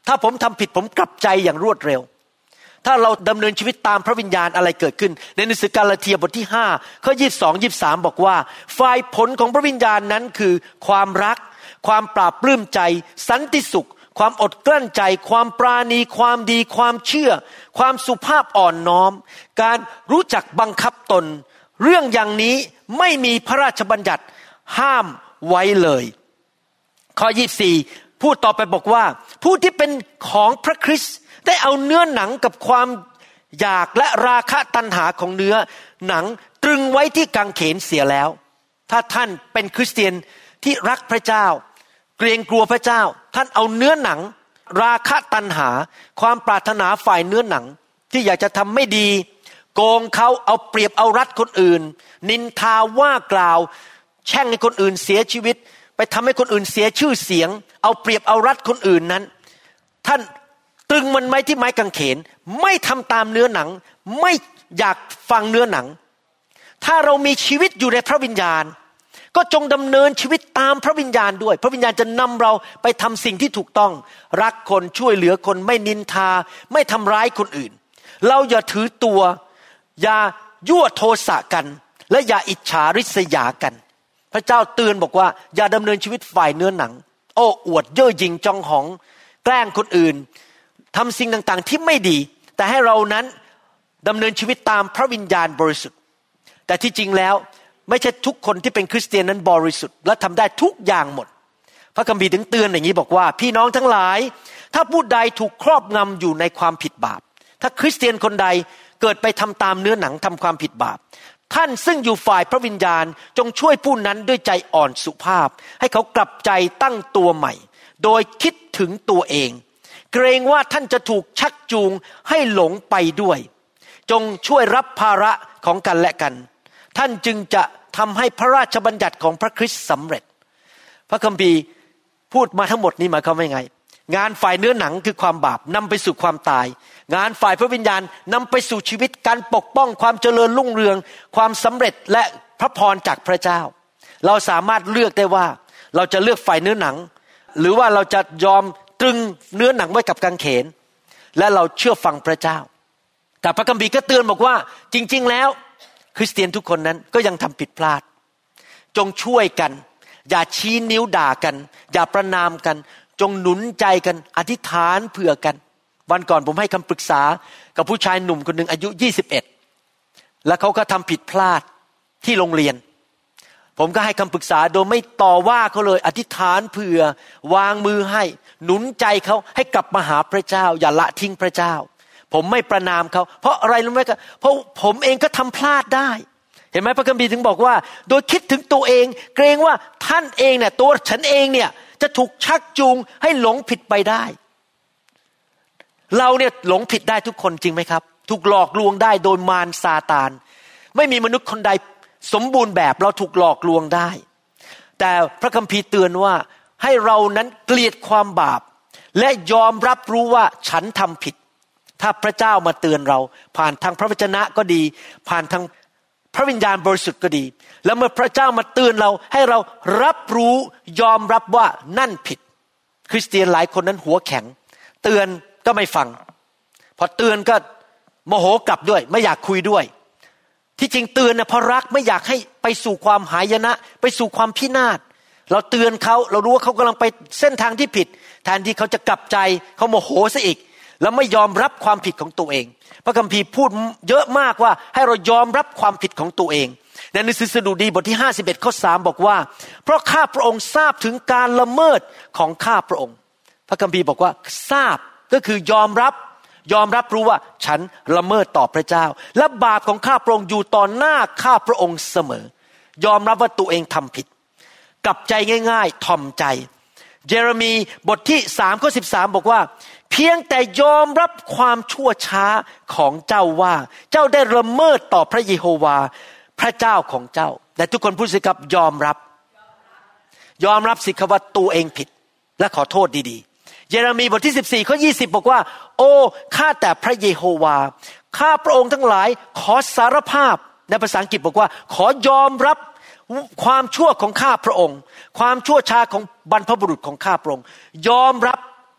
ถ้าผมทำผิดผมกลับใจอย่างรวดเร็วถ้าเราดำเนินชีวิตตามพระวิญญาณอะไรเกิดขึ้นในหนังสือกาลาเทียบทที่ห้าข้อยี่สิบสอง ยี่สิบสามบอกว่าฝ่ายผลของพระวิญญาณนั้นคือความรักความปราบปลื้มใจสันติสุขความอดกลั้นใจความปราณีความดีความเชื่อความสุภาพอ่อนน้อมการรู้จักบังคับตนเรื่องอย่างนี้ไม่มีพระราชบัญญัติห้ามไว้เลยข้อยี่สิบสี่พูดต่อไปบอกว่าผู้ที่เป็นของพระคริสต์ได้เอาเนื้อหนังกับความอยากและราคะตัณหาของเนื้อหนังตรึงไว้ที่กางเขนเสียแล้วถ้าท่านเป็นคริสเตียนที่รักพระเจ้าเกรงกลัวพระเจ้าท่านเอาเนื้อหนังราคะตัณหาความปรารถนาฝ่ายเนื้อหนังที่อยากจะทำไม่ดีโกงเขาเอาเปรียบเอารัดคนอื่นนินทาว่ากล่าวแช่งให้คนอื่นเสียชีวิตไปทำให้คนอื่นเสียชื่อเสียงเอาเปรียบเอารัดคนอื่นนั้นท่านตรึงมันไว้ที่ไม้กางเขนไม่ทำตามเนื้อหนังไม่อยากฟังเนื้อหนังถ้าเรามีชีวิตอยู่ในพระวิญญาณก็จงดำเนินชีวิตตามพระวิญญาณด้วยพระวิญญาณจะนำเราไปทำสิ่งที่ถูกต้องรักคนช่วยเหลือคนไม่นินทาไม่ทำร้ายคนอื่นเราอย่าถือตัวอย่ายั่วโทสะกันและอย่าอิจฉาริษยากันพระเจ้าเตือนบอกว่าอย่าดำเนินชีวิตฝ่ายเนื้อหนังโอ้อวดเย่อหยิ่งจองหองแกล้งคนอื่นทำสิ่งต่างๆที่ไม่ดีแต่ให้เรานั้นดำเนินชีวิตตามพระวิญญาณบริสุทธิ์แต่ที่จริงแล้วไม่ใช่ทุกคนที่เป็นคริสเตียนนั้นบริสุทธิ์และทำได้ทุกอย่างหมดพระคัมภีร์ถึงเตือนอย่างนี้บอกว่าพี่น้องทั้งหลายถ้าผู้ใดถูกครอบงำอยู่ในความผิดบาปถ้าคริสเตียนคนใดเกิดไปทำตามเนื้อหนังทำความผิดบาปท่านซึ่งอยู่ฝ่ายพระวิญญาณจงช่วยผู้นั้นด้วยใจอ่อนสุภาพให้เขากลับใจตั้งตัวใหม่โดยคิดถึงตัวเองเกรงว่าท่านจะถูกชักจูงให้หลงไปด้วยจงช่วยรับภาระของกันและกันท่านจึงจะทำให้พระราชบัญญัติของพระคริสต์สำเร็จพระคัมภีร์พูดมาทั้งหมดนี้หมายความว่าไงงานฝ่ายเนื้อหนังคือความบาปนำไปสู่ความตายงานฝ่ายพระวิญญาณนำไปสู่ชีวิตการปกป้องความเจริญรุ่งเรืองความสำเร็จและพระพรจากพระเจ้าเราสามารถเลือกได้ว่าเราจะเลือกฝ่ายเนื้อหนังหรือว่าเราจะยอมตรึงเนื้อหนังไว้กับกางเขนและเราเชื่อฟังพระเจ้าแต่พระคัมภีร์ก็เตือนบอกว่าจริงๆแล้วคริสเตียนทุกคนนั้นก็ยังทำผิดพลาดจงช่วยกันอย่าชี้นิ้วด่ากันอย่าประณามกันจงหนุนใจกันอธิษฐานเผื่อกันวันก่อนผมให้คำปรึกษากับผู้ชายหนุ่มคนหนึ่งอายุยี่สิบเอ็ดแล้วเขาก็ทำผิดพลาดที่โรงเรียนผมก็ให้คำปรึกษาโดยไม่ต่อว่าเขาเลยอธิษฐานเผื่อวางมือให้หนุนใจเขาให้กลับมาหาพระเจ้าอย่าละทิ้งพระเจ้าผมไม่ประณามเขาเพราะอะไรรู้ไหมครับเพราะผมเองก็ทำพลาดได้เห็นไหมพระคัมภีร์ถึงบอกว่าโดยคิดถึงตัวเองเกรงว่าท่านเองเนี่ยตัวฉันเองเนี่ยจะถูกชักจูงให้หลงผิดไปได้เราเนี่ยหลงผิดได้ทุกคนจริงไหมครับถูกหลอกลวงได้โดยมารซาตานไม่มีมนุษย์คนใดสมบูรณ์แบบเราถูกหลอกลวงได้แต่พระคัมภีร์เตือนว่าให้เรานั้นเกลียดความบาปและยอมรับรู้ว่าฉันทำผิดถ้าพระเจ้ามาเตือนเราผ่านทางพระวจนะก็ดีผ่านทางพระวิญญาณบริสุทธิ์ก็ดีแล้วเมื่อพระเจ้ามาเตือนเราให้เรารับรู้ยอมรับว่านั่นผิดคริสเตียนหลายคนนั้นหัวแข็งเตือนก็ไม่ฟังพอเตือนก็โมโหกลับด้วยไม่อยากคุยด้วยที่จริงเตือนนะเพราะรักไม่อยากให้ไปสู่ความหายนะไปสู่ความพินาศเราเตือนเขาเรารู้ว่าเขากำลังไปเส้นทางที่ผิดแทนที่เขาจะกลับใจเขาโมโหซะอีกแล้วไม่ยอมรับความผิดของตัวเองพระคัมภีร์พูดเยอะมากว่าให้เรายอมรับความผิดของตัวเองในหนังสือสดุดีบทที่ห้าสิบเอ็ดข้อสามบอกว่าเพราะข้าพระองค์ทราบถึงการละเมิดของข้าพระองค์พระคัมภีร์บอกว่าทราบก็คือยอมรับยอมรับรู้ว่าฉันละเมิดต่อพระเจ้าและบาปของข้าพระองค์อยู่ต่อหน้าข้าพระองค์เสมอยอมรับว่าตัวเองทำผิดกลับใจง่ายๆถ่อมใจเยเรมีบทที่สามข้อสิบสามบอกว่าเพียงแต่ยอมรับความชั่วช้าของเจ้าว่าเจ้าได้ละเมิดต่อพระเยโฮวาพระเจ้าของเจ้าแต่ทุกคนพูดสิครับยอมรับยอมรับสิครับว่าตัวเองผิดและขอโทษดีๆเยเรมีบทที่สิบสี่ข้อยี่สิบบอกว่าโอ้ข้าแต่พระเยโฮวาข้าพระองค์ทั้งหลายขอสารภาพในภาษาอังกฤษบอกว่าขอยอมรับความชั่วของข้าพระองค์ความชั่วช้าของบรรพบุรุษของข้าพระองค์ยอมรับ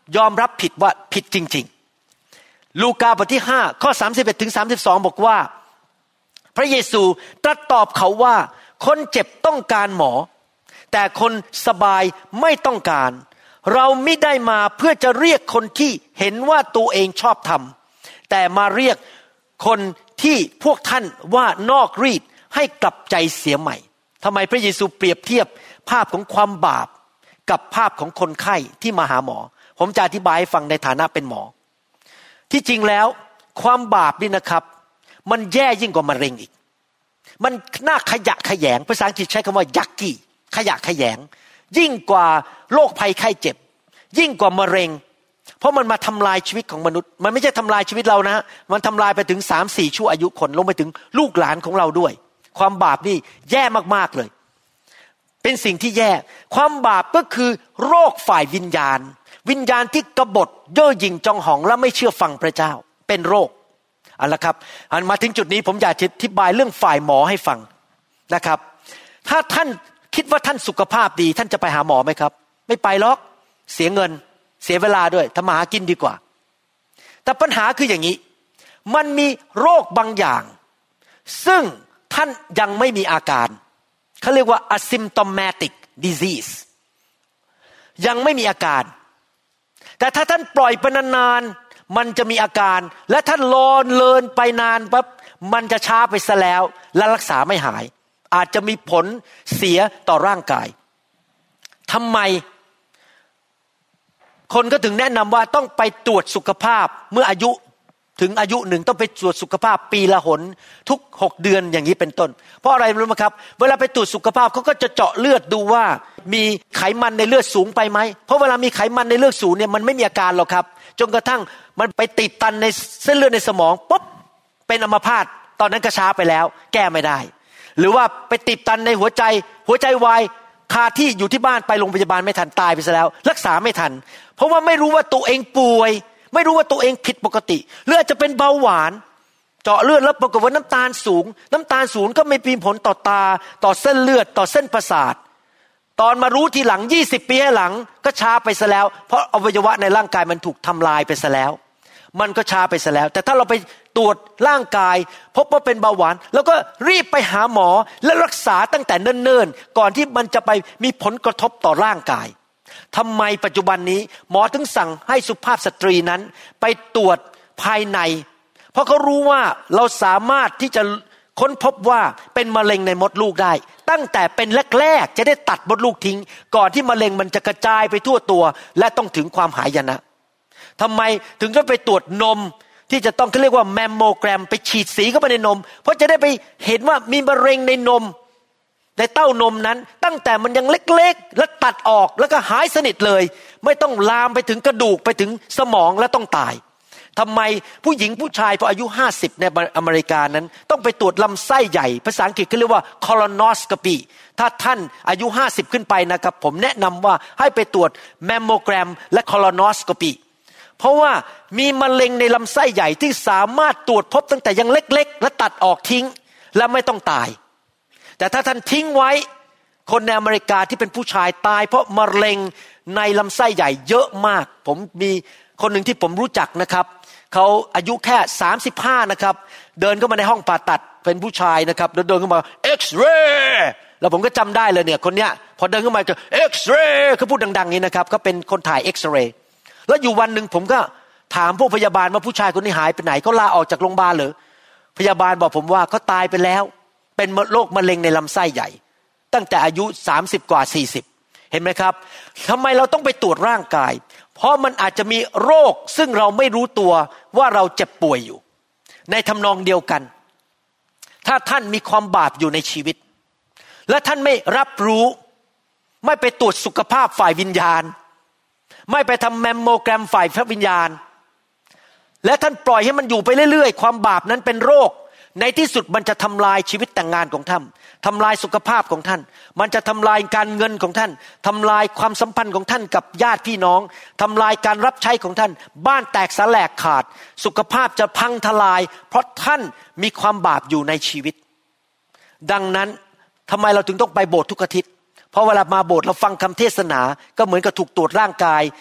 ยอมรับผิดว่าผิดจริงๆลูกาบทที่ห้าข้อสามสิบเอ็ดถึงสามสิบสองบอกว่าพระเยซูตรัสตอบเขาว่าคนเจ็บต้องการหมอแต่คนสบายไม่ต้องการเราไม่ได้มาเพื่อจะเรียกคนที่เห็นว่าตัวเองชอบธรรมแต่มาเรียกคนที่พวกท่านว่านอกรีดให้กลับใจเสียใหม่ทำไมพระเยซูเปรียบเทียบภาพของความบาปกับภาพของคนไข้ที่มาหาหมอผมจะอธิบายให้ฟังในฐานะเป็นหมอที่จริงแล้วความบาปนี่นะครับมันแย่ยิ่งกว่ามะเร็งอีกมันน่าขยะแขยงภาษาอังกฤษใช้คำว่ายักกี้ขยะแขยงยิ่งกว่าโรคภัยไข้เจ็บยิ่งกว่ามะเร็งเพราะมันมาทำลายชีวิตของมนุษย์มันไม่ใช่ทำลายชีวิตเรานะมันทำลายไปถึง สามสี่ ชั่วอายุคนลงไปถึงลูกหลานของเราด้วยความบาปนี่แย่มากๆเลยเป็นสิ่งที่แย่ความบาปก็คือโรคฝ่ายวิญญาณวิญญาณที่กบฏเย่อหยิ่งจองหองและไม่เชื่อฟังพระเจ้าเป็นโรคเอาละครับอันมาถึงจุดนี้ผมอยากจะอธิบายเรื่องฝ่ายหมอให้ฟังนะครับถ้าท่านคิดว่าท่านสุขภาพดีท่านจะไปหาหมอไหมครับไม่ไปหรอกเสียเงินเสียเวลาด้วยทำมาหากินดีกว่าแต่ปัญหาคืออย่างนี้มันมีโรคบางอย่างซึ่งท่านยังไม่มีอาการเขาเรียกว่า asymptomatic disease ยังไม่มีอาการแต่ถ้าท่านปล่อยไปนานๆมันจะมีอาการและท่านรอเลินไปนานปั๊บมันจะช้าไปซะแล้วและรักษาไม่หายอาจจะมีผลเสียต่อร่างกายทำไมคนก็ถึงแนะนำว่าต้องไปตรวจสุขภาพเมื่ออายุถึงอายุหนึ่งต้องไปตรวจสุขภาพปีละหนทุกหกเดือนอย่างนี้เป็นต้นเพราะอะไรรู้ไหมครับเวลาไปตรวจสุขภาพเขาก็จะเจาะเลือดดูว่ามีไขมันในเลือดสูงไปไหมเพราะเวลามีไขมันในเลือดสูงเนี่ยมันไม่มีอาการหรอกครับจนกระทั่งมันไปติดตันในเส้นเลือดในสมองปุ๊บเป็นอัมพาตตอนนั้นก็ช้าไปแล้วแก้ไม่ได้หรือว่าไปติดตันในหัวใจหัวใจวายคาที่อยู่ที่บ้านไปโรงพยาบาลไม่ทันตายไปซะแล้วรักษาไม่ทันเพราะว่าไม่รู้ว่าตัวเองป่วยไม่รู้ว่าตัวเองผิดปกติหรืออาจจะเป็นเบาหวานเจาะเลือดแล้วปรากฏว่าน้ำตาลสูงน้ำตาลสูงก็ไม่มีผลต่อตาต่อเส้นเลือดต่อเส้นประสาทตอนมารู้ทีหลังยี่สิบปีให้หลังก็ช้าไปซะแล้วเพราะอวัยวะในร่างกายมันถูกทำลายไปซะแล้วมันก็ช้าไปซะแล้วแต่ถ้าเราไปตรวจร่างกายพบว่าเป็นเบาหวานแล้วก็รีบไปหาหมอและรักษาตั้งแต่เนิ่นๆก่อนที่มันจะไปมีผลกระทบต่อร่างกายทำไมปัจจุบันนี้หมอถึงสั่งให้สุภาพสตรีนั้นไปตรวจภายในเพราะเขารู้ว่าเราสามารถที่จะค้นพบว่าเป็นมะเร็งในมดลูกได้ตั้งแต่เป็นแรกๆจะได้ตัดมดลูกทิ้งก่อนที่มะเร็งมันจะกระจายไปทั่วตัวและต้องถึงความหายนะทำไมถึงต้องไปตรวจนมที่จะต้องเขาเรียกว่าแมมโมแกรมไปฉีดสีเข้าไปในนมเพราะจะได้ไปเห็นว่ามีมะเร็งในนมในเต้านมนั้นตั้งแต่มันยังเล็กๆแล้วตัดออกแล้วก็หายสนิทเลยไม่ต้องลามไปถึงกระดูกไปถึงสมองและต้องตายทำไมผู้หญิงผู้ชายพออายุห้าสิบในอเมริกานั้นต้องไปตรวจลำไส้ใหญ่ภาษาอังกฤษเขาเรียกว่า colonoscopy ถ้าท่านอายุห้าสิบขึ้นไปนะครับผมแนะนำว่าให้ไปตรวจแมมโมแกรมและ colonoscopy เพราะว่ามีมะเร็งในลำไส้ใหญ่ที่สามารถตรวจพบตั้งแต่ยังเล็กๆและตัดออกทิ้งและไม่ต้องตายแต่ถ้าท่านทิ้งไว้คนในอเมริกาที่เป็นผู้ชายตายเพราะมะเร็งในลำไส้ใหญ่เยอะมากผมมีคนหนึ่งที่ผมรู้จักนะครับเขาอายุแค่สามสิบห้านะครับเดินเข้ามาในห้องผ่าตัดเป็นผู้ชายนะครับเดินเข้ามาเอ็กซเรย์แล้วผมก็จำได้เลยเนี่ยคนเนี้ยพอเดินเข้ามาจะเอ็กซเรย์เขาพูดดังๆนี้นะครับเขาเป็นคนถ่ายเอ็กซเรย์แล้วอยู่วันหนึ่งผมก็ถามพวกพยาบาลว่าผู้ชายคนนี้หายไปไหนเขาลาออกจากโรงพยาบาลเหรอพยาบาลบอกผมว่าเขาตายไปแล้วเป็นโรคมะเร็งในลำไส้ใหญ่ตั้งแต่อายุสามสิบกว่าสี่สิบเห็นไหมครับทำไมเราต้องไปตรวจร่างกายเพราะมันอาจจะมีโรคซึ่งเราไม่รู้ตัวว่าเราเจ็บป่วยอยู่ในทำนองเดียวกันถ้าท่านมีความบาปอยู่ในชีวิตและท่านไม่รับรู้ไม่ไปตรวจสุขภาพฝ่ายวิญญาณไม่ไปทำแมมโมแกรมฝ่ายพระวิญญาณและท่านปล่อยให้มันอยู่ไปเรื่อยๆความบาปนั้นเป็นโรคในที่สุดมันจะทำลายชีวิตแต่งงานของท่านทำลายสุขภาพของท่านมันจะทำลายการเงินของท่านทำลายความสัมพันธ์ของท่านกับญาติพี่น้องทำลายการรับใช้ของท่านบ้านแตกสลายขาดสุขภาพจะพังทลายเพราะท่านมีความบาปอยู่ในชีวิตดังนั้นทำไมเราถึงต้องไปโบสถ์ทุกอาทิตย์เพราะเวลามาโบสถ์เราฟังคำเทศนาก็เหมือนกับถูกตรวจร่างกาย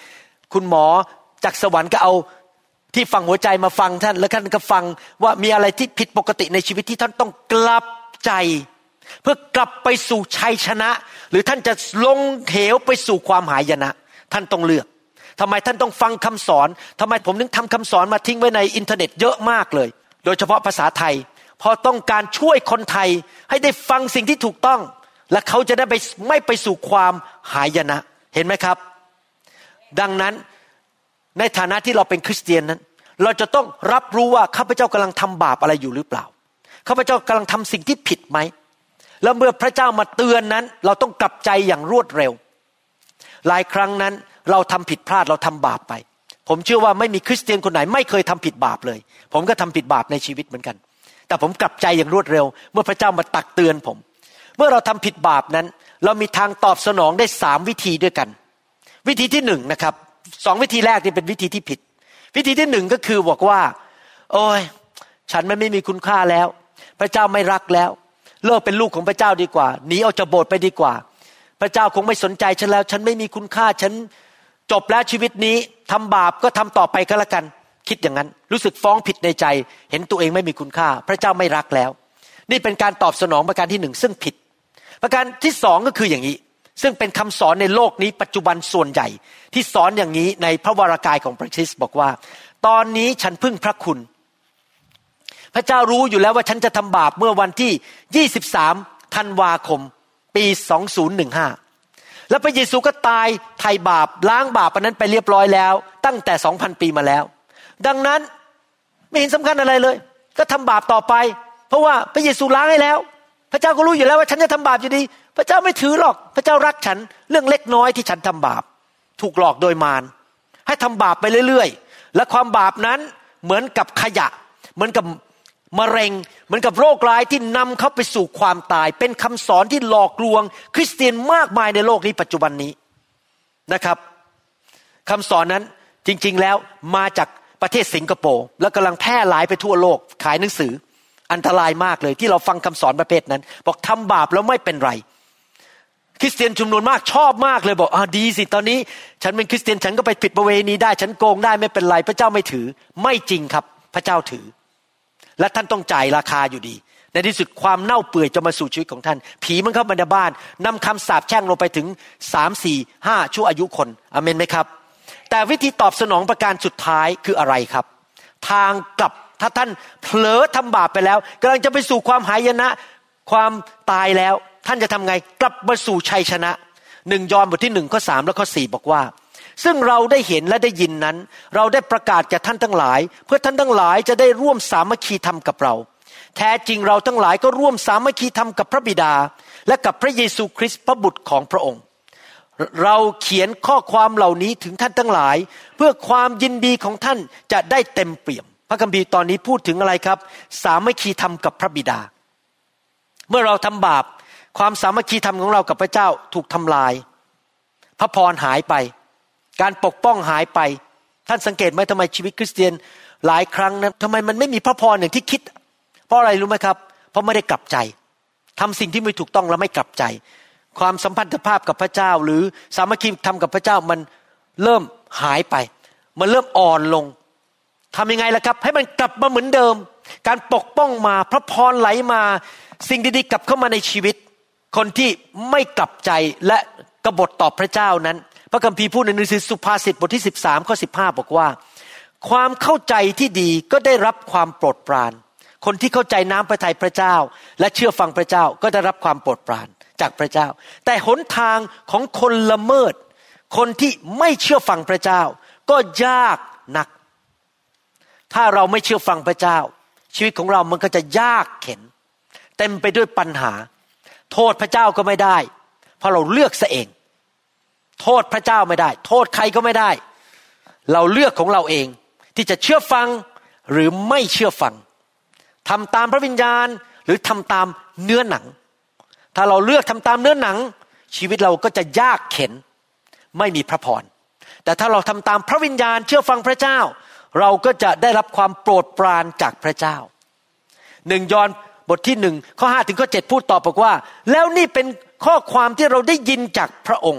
คุณหมอจากสวรรค์ก็เอาที่ฟังหัวใจมาฟังท่านแล้วท่านก็ฟังว่ามีอะไรที่ผิดปกติในชีวิตที่ท่านต้องกลับใจเพื่อกลับไปสู่ชัยชนะหรือท่านจะลงเหวไปสู่ความหายนะท่านต้องเลือกทำไมท่านต้องฟังคำสอนทำไมผมถึงทำคำสอนมาทิ้งไว้ในอินเทอร์เน็ตเยอะมากเลยโดยเฉพาะภาษาไทยเพราะต้องการช่วยคนไทยให้ได้ฟังสิ่งที่ถูกต้องและเขาจะได้ไปไม่ไปสู่ความหายนะเห็นไหมครับดังนั้นในฐานะที่เราเป็นคริสเตียนนั้นเราจะต้องรับรู้ว่าข้าพเจ้ากำลังทำบาปอะไรอยู่หรือเปล่าข้าพเจ้ากำลังทำสิ่งที่ผิดไหมแล้วเมื่อพระเจ้ามาเตือนนั้นเราต้องกลับใจอย่างรวดเร็วหลายครั้งนั้นเราทำผิดพลาดเราทำบาปไปผมเชื่อว่าไม่มีคริสเตียนคนไหนไม่เคยทำผิดบาปเลยผมก็ทำผิดบาปในชีวิตเหมือนกันแต่ผมกลับใจอย่างรวดเร็วเมื่อพระเจ้ามาตักเตือนผมเมื่อเราทำผิดบาปนั้นเรามีทางตอบสนองได้สามวิธีด้วยกันวิธีที่หนึ่งนะครับสองวิธีแรกนี่เป็นวิธีที่ผิดวิธีที่หนึ่งก็คือบอกว่าโอ้ยฉันไม่ไม่มีคุณค่าแล้วพระเจ้าไม่รักแล้วเลิกเป็นลูกของพระเจ้าดีกว่าหนีออกจากโบสถ์ไปดีกว่าพระเจ้าคงไม่สนใจฉันแล้วฉันไม่มีคุณค่าฉันจบแล้วชีวิตนี้ทำบาปก็ทำต่อไปก็แล้วกันคิดอย่างนั้นรู้สึกฟ้องผิดในใจเห็นตัวเองไม่มีคุณค่าพระเจ้าไม่รักแล้วนี่เป็นการตอบสนองประการที่หนึ่งซึ่งผิดประการที่สองก็คืออย่างนี้ซึ่งเป็นคำสอนในโลกนี้ปัจจุบันส่วนใหญ่ที่สอนอย่างนี้ในพระวรากายของพระคริสต์บอกว่าตอนนี้ฉันพึ่งพระคุณพระเจ้ารู้อยู่แล้วว่าฉันจะทำบาปเมื่อวันที่ยี่สิบสามธันวาคมปีสองพันสิบห้าแล้วพระเยซูก็ตายไถ่บาปล้างบาปอันนั้นไปเรียบร้อยแล้วตั้งแต่ สองพัน ปีมาแล้วดังนั้นไม่เห็นสำคัญอะไรเลยก็ทำบาปต่อไปเพราะว่าพระเยซูล้างให้แล้วพระเจ้าก็รู้อยู่แล้วว่าฉันจะทำบาปอยู่ดีพระเจ้าไม่ถือหรอกพระเจ้ารักฉันเรื่องเล็กน้อยที่ฉันทำบาปถูกหลอกโดยมารให้ทำบาปไปเรื่อยๆและความบาปนั้นเหมือนกับขยะเหมือนกับมะเร็งเหมือนกับโรคร้ายที่นำเขาไปสู่ความตายเป็นคำสอนที่หลอกลวงคริสเตียนมากมายในโลกนี้ปัจจุบันนี้นะครับคำสอนนั้นจริงๆแล้วมาจากประเทศสิงคโปร์แล้วกำลังแพร่หลายไปทั่วโลกขายหนังสืออันตรายมากเลยที่เราฟังคำสอนประเภทนั้นบอกทำบาปแล้วไม่เป็นไรคริสเตียนจำนวนมากชอบมากเลยบอกอ่าดีสิตอนนี้ฉันเป็นคริสเตียนฉันก็ไปผิดประเวณีได้ฉันโกงได้ไม่เป็นไรพระเจ้าไม่ถือไม่จริงครับพระเจ้าถือและท่านต้องจ่ายราคาอยู่ดีในที่สุดความเน่าเปื่อยจะมาสู่ชีวิตของท่านผีมันเข้ามาในบ้านนำคำสาปแช่งลงไปถึงสาม สี่ ห้าชั่วอายุคนอาเมนไหมครับแต่วิธีตอบสนองประการสุดท้ายคืออะไรครับทางกลับถ้าท่านเผลอทำบาปไปแล้วกำลังจะไปสู่ความหายนะความตายแล้วท่านจะทำไงกลับมาสู่ชัยชนะหนึ่งยอห์นบทที่หนึ่งข้อสามและข้อสี่บอกว่าซึ่งเราได้เห็นและได้ยินนั้นเราได้ประกาศแก่ท่านทั้งหลายเพื่อท่านทั้งหลายจะได้ร่วมสามัคคีธรรมกับเราแท้จริงเราทั้งหลายก็ร่วมสามัคคีธรรมกับพระบิดาและกับพระเยซูคริสต์พระบุตรของพระองค์เราเขียนข้อความเหล่านี้ถึงท่านทั้งหลายเพื่อความยินดีของท่านจะได้เต็มเปี่ยมพระคัมภีร์ตอนนี้พูดถึงอะไรครับสามัคคีธรรมกับพระบิดาเมื่อเราทำบาปความสามัคคีธรรมของเรากับพระเจ้าถูกทำลายพระพรหายไปการปกป้องหายไปท่านสังเกตไหมทำไมชีวิตคริสเตียนหลายครั้งนะทำไมมันไม่มีพระพรอย่างที่คิดเพราะอะไรรู้ไหมครับเพราะไม่ได้กลับใจทำสิ่งที่ไม่ถูกต้องแล้วไม่กลับใจความสัมพันธภาพกับพระเจ้าหรือสามัคคีธรรมกับพระเจ้ามันเริ่มหายไปมันเริ่มอ่อนลงทำยังไงล่ะครับให้มันกลับมาเหมือนเดิมการปกป้องมาพระพรไหลมาสิ่งดีๆกลับเข้ามาในชีวิตคนที่ไม่กลับใจและกบฏต่อพระเจ้านั้นพระคัมภีร์พูดในหนังสือสุภาษิตบทที่สิบสามข้อสิบห้าบอกว่าความเข้าใจที่ดีก็ได้รับความโปรดปรานคนที่เข้าใจน้ำพระทัยพระเจ้าและเชื่อฟังพระเจ้าก็ได้รับความโปรดปรานจากพระเจ้าแต่หนทางของคนละเมิดคนที่ไม่เชื่อฟังพระเจ้าก็ยากนักถ้าเราไม่เชื่อฟังพระเจ้าชีวิตของเรามันก็จะยากเข็ญเต็มไปด้วยปัญหาโทษพระเจ้าก็ไม่ได้เพราะเราเลือกซะเองโทษพระเจ้าไม่ได้โทษใครก็ไม่ได้เราเลือกของเราเองที่จะเชื่อฟังหรือไม่เชื่อฟังทำตามพระวิญญาณหรือทำตามเนื้อหนังถ้าเราเลือกทำตามเนื้อหนังชีวิตเราก็จะยากเข็ญไม่มีพระพรแต่ถ้าเราทำตามพระวิญญาณเชื่อฟังพระเจ้าเราก็จะได้รับความโปรดปรานจากพระเจ้าหนึ่งยอห์นบทที่หนึ่งข้อห้าถึงข้อเจ็ดพูดต่อบอกว่าแล้วนี่เป็นข้อความที่เราได้ยินจากพระองค์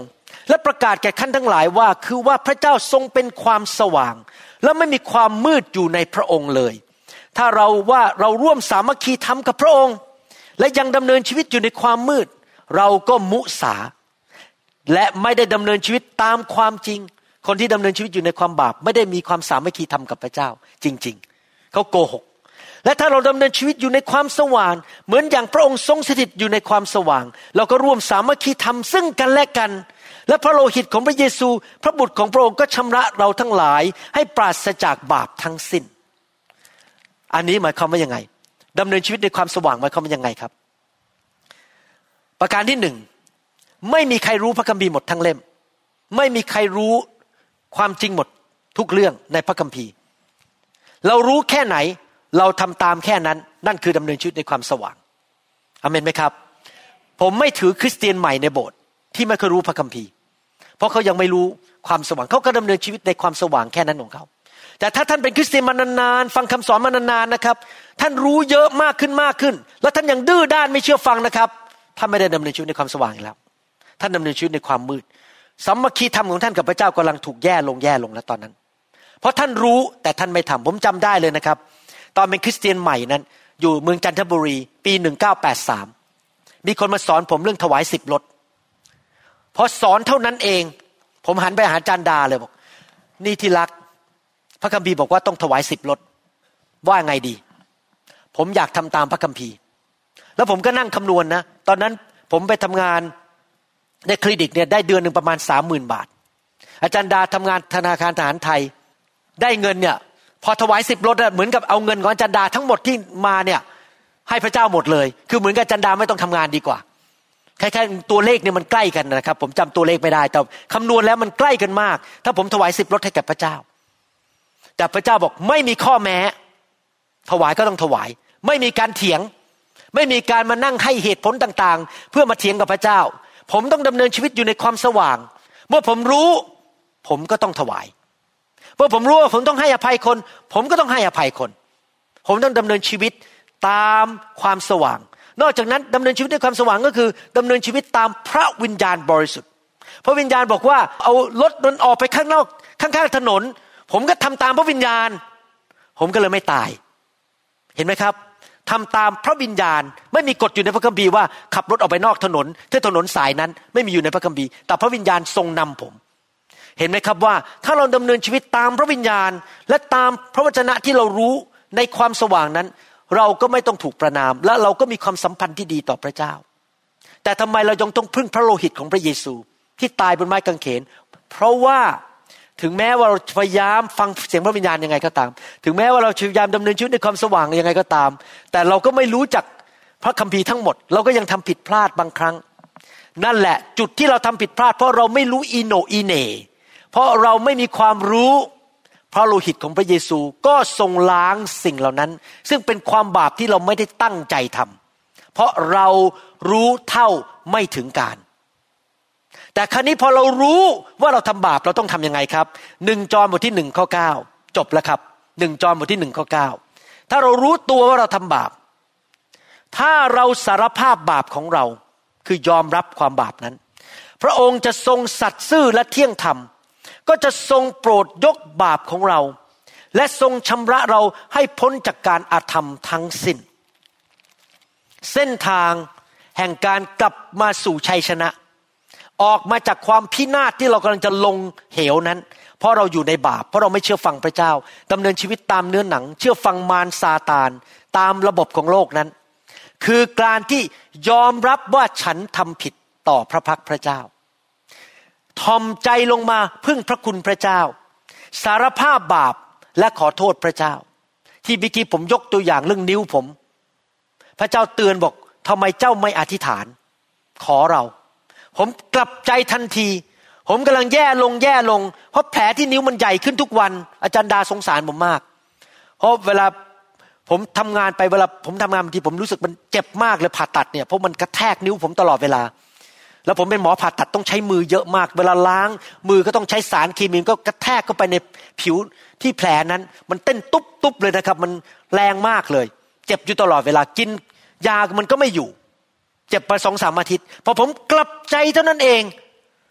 และประกาศแก่ท่านทั้งหลายว่าคือว่าพระเจ้าทรงเป็นความสว่างและไม่มีความมืดอยู่ในพระองค์เลยถ้าเราว่าเราร่วมสามัคคีธรรมกับพระองค์และยังดำเนินชีวิตอยู่ในความมืดเราก็มุสาและไม่ได้ดำเนินชีวิตตามความจริงคนที่ดำเนินชีวิตอยู่ในความบาปไม่ได้มีความสามัคคีธรรมกับพระเจ้าจริงๆเขาโกหกและถ้าเราดำเนินชีวิตอยู่ในความสว่างเหมือนอย่างพระองค์ทรงสถิตอยู่ในความสว่างเราก็ร่วมสามัคคีธรรมซึ่งกันและกันและพระโลหิตของพระเยซูพระบุตรของพระองค์ก็ชำระเราทั้งหลายให้ปราศจากบาปทั้งสิ้นอันนี้หมายความว่ายังไงดำเนินชีวิตในความสว่างหมายความว่ายังไงครับประการที่หนึ่งไม่มีใครรู้พระคัมภีร์หมดทั้งเล่มไม่มีใครรู้ความจริงหมดทุกเรื่องในพระคัมภีร์เรารู้แค่ไหนเราทำตามแค่นั้นนั่นคือดำเนินชีวิตในความสว่างอาเมนไหมครับผมไม่ถือคริสเตียนใหม่ในโบสถ์ที่ไม่เคยรู้พระคัมภีร์เพราะเขายังไม่รู้ความสว่างเขาก็ดำเนินชีวิตในความสว่างแค่นั้นของเขาแต่ถ้าท่านเป็นคริสเตียนมานานๆฟังคำสอนมานานๆนะครับท่านรู้เยอะมากขึ้นมากขึ้นแล้วท่านยังดื้อด้านไม่เชื่อฟังนะครับท่านไม่ได้ดำเนินชีวิตในความสว่างแล้วท่านดำเนินชีวิตในความมืดสามัคคีธรรมของท่านกับพระเจ้ากำลังถูกแย่ลงแย่ลงแล้วตอนนั้นเพราะท่านรู้แต่ท่านไม่ทำผมจำได้เลยนะครับตอนเป็นคริสเตียนใหม่นั้นอยู่เมืองจันทบุรีปีหนึ่งเก้าแปดสามมีคนมาสอนผมเรื่องถวายสิบรถพอสอนเท่านั้นเองผมหันไปหาอาจารย์ดาเลยบอกนี่ที่รักพระคัมภีร์บอกว่าต้องถวายสิบรถว่าไงดีผมอยากทำตามพระคัมภีร์แล้วผมก็นั่งคำนวณ นะตอนนั้นผมไปทำงานในคลินิกเนี่ยได้เดือนหนึ่งประมาณ สามหมื่น บาทอาจารย์ดาทำงานธนาคารทหารไทยได้เงินเนี่ยพอถวายสิบรถเหมือนกับเอาเงินของอาจารย์ดาทั้งหมดที่มาเนี่ยให้พระเจ้าหมดเลยคือเหมือนกับอาจารย์ดาไม่ต้องทำงานดีกว่าคล้ายๆตัวเลขเนี่ยมันใกล้กันนะครับผมจำตัวเลขไม่ได้แต่คำนวณแล้วมันใกล้กันมากถ้าผมถวายสิบรถให้แก่พระเจ้าแต่พระเจ้าบอกไม่มีข้อแม้ถวายก็ต้องถวายไม่มีการเถียงไม่มีการมานั่งให้เหตุผลต่างๆเพื่อมาเถียงกับพระเจ้าผมต้องดำเนินชีวิตอยู่ในความสว่างเมื่อผมรู้ผมก็ต้องถวายเมื่อผมรู้ว่าผมต้องให้อภัยคนผมก็ต้องให้อภัยคนผมต้องดำเนินชีวิตตามความสว่างนอกจากนั้นดำเนินชีวิตด้วยความสว่างก็คือดำเนินชีวิตตามพระวิญญาณบริสุทธิ์พระวิญญาณบอกว่าเอารถมันออกไปข้างนอกข้างๆถนนผมก็ทำตามพระวิญญาณผมก็เลยไม่ตายเห็นไหมครับทำตามพระวิญญาณไม่มีกฎอยู่ในพระคัมภีร์ว่าขับรถออกไปนอกถนนที่ถนนสายนั้นไม่มีอยู่ในพระคัมภีร์แต่พระวิญญาณทรงนำผมเห็นไหมครับว่าถ้าเราดำเนินชีวิตตามพระวิญญาณและตามพระวจนะที่เรารู้ในความสว่างนั้นเราก็ไม่ต้องถูกประณามและเราก็มีความสัมพันธ์ที่ดีต่อพระเจ้าแต่ทำไมเรายังต้องพึ่งพระโลหิตของพระเยซูที่ตายบนไม้กางเขนเพราะว่าถึงแม้ว่าเราพยายามฟังเสียงพระวิญญาณยังไงก็ตามถึงแม้ว่าเราพยายามดำเนินชีวิตในความสว่างยังไงก็ตามแต่เราก็ไม่รู้จักพระคัมภีร์ทั้งหมดเราก็ยังทำผิดพลาดบางครั้งนั่นแหละจุดที่เราทำผิดพลาดเพราะเราไม่รู้อีโหนอีเหน่เพราะเราไม่มีความรู้พระโลหิตของพระเยซูก็ทรงล้างสิ่งเหล่านั้นซึ่งเป็นความบาปที่เราไม่ได้ตั้งใจทำเพราะเรารู้เท่าไม่ถึงการแต่คราวนี้พอเรารู้ว่าเราทำบาปเราต้องทำยังไงครับหนึ่งจอห์นบทที่หนึ่งข้อเก้าจบแล้วครับหนึ่งจอห์นบทที่หนึ่งข้อเก้าถ้าเรารู้ตัวว่าเราทำบาปถ้าเราสารภาพบาปของเราคือยอมรับความบาปนั้นพระองค์จะทรงสัตย์ซื่อและเที่ยงธรรมก็จะทรงโปรดยกบาปของเราและทรงชำระเราให้พ้นจากการอาธรรมทั้งสิ้นเส้นทางแห่งการกลับมาสู่ชัยชนะออกมาจากความพินาศที่เรากำลังจะลงเหวนั้นเพราะเราอยู่ในบาปเพราะเราไม่เชื่อฟังพระเจ้าดำเนินชีวิตตามเนื้อหนังเชื่อฟังมารซาตานตามระบบของโลกนั้นคือการที่ยอมรับว่าฉันทำผิดต่อพระพักพระเจ้าทอมใจลงมาพึ่งพระคุณพระเจ้าสารภาพบาปและขอโทษพระเจ้าที่เมื่อกี้ผมยกตัวอย่างเรื่องนิ้วผมพระเจ้าเตือนบอกทำไมเจ้าไม่อธิษฐานขอเราผมกลับใจทันทีผมกำลังแย่ลงแย่ลงเพราะแผลที่นิ้วมันใหญ่ขึ้นทุกวันอาจารย์ดาสงสารผมมากเพราะเวลาผมทำงานไปเวลาผมทำงานบางทีผมรู้สึกมันเจ็บมากเลยผ่าตัดเนี่ยเพราะมันกระแทกนิ้วผมตลอดเวลาแล้วผมเป็นหมอผ่าตัดต้องใช้มือเยอะมากเวลาล้างมือก็ต้องใช้สารเคมีก็กระแทกเข้าไปในผิวที่แผลนั้นมันเต้นตุ๊บๆเลยนะครับมันแรงมากเลยเจ็บอยู่ตลอดเวลากินยามันก็ไม่อยู่เจ็บไป สองสาม อาทิตย์พอผมกลับใจเท่านั้นเอง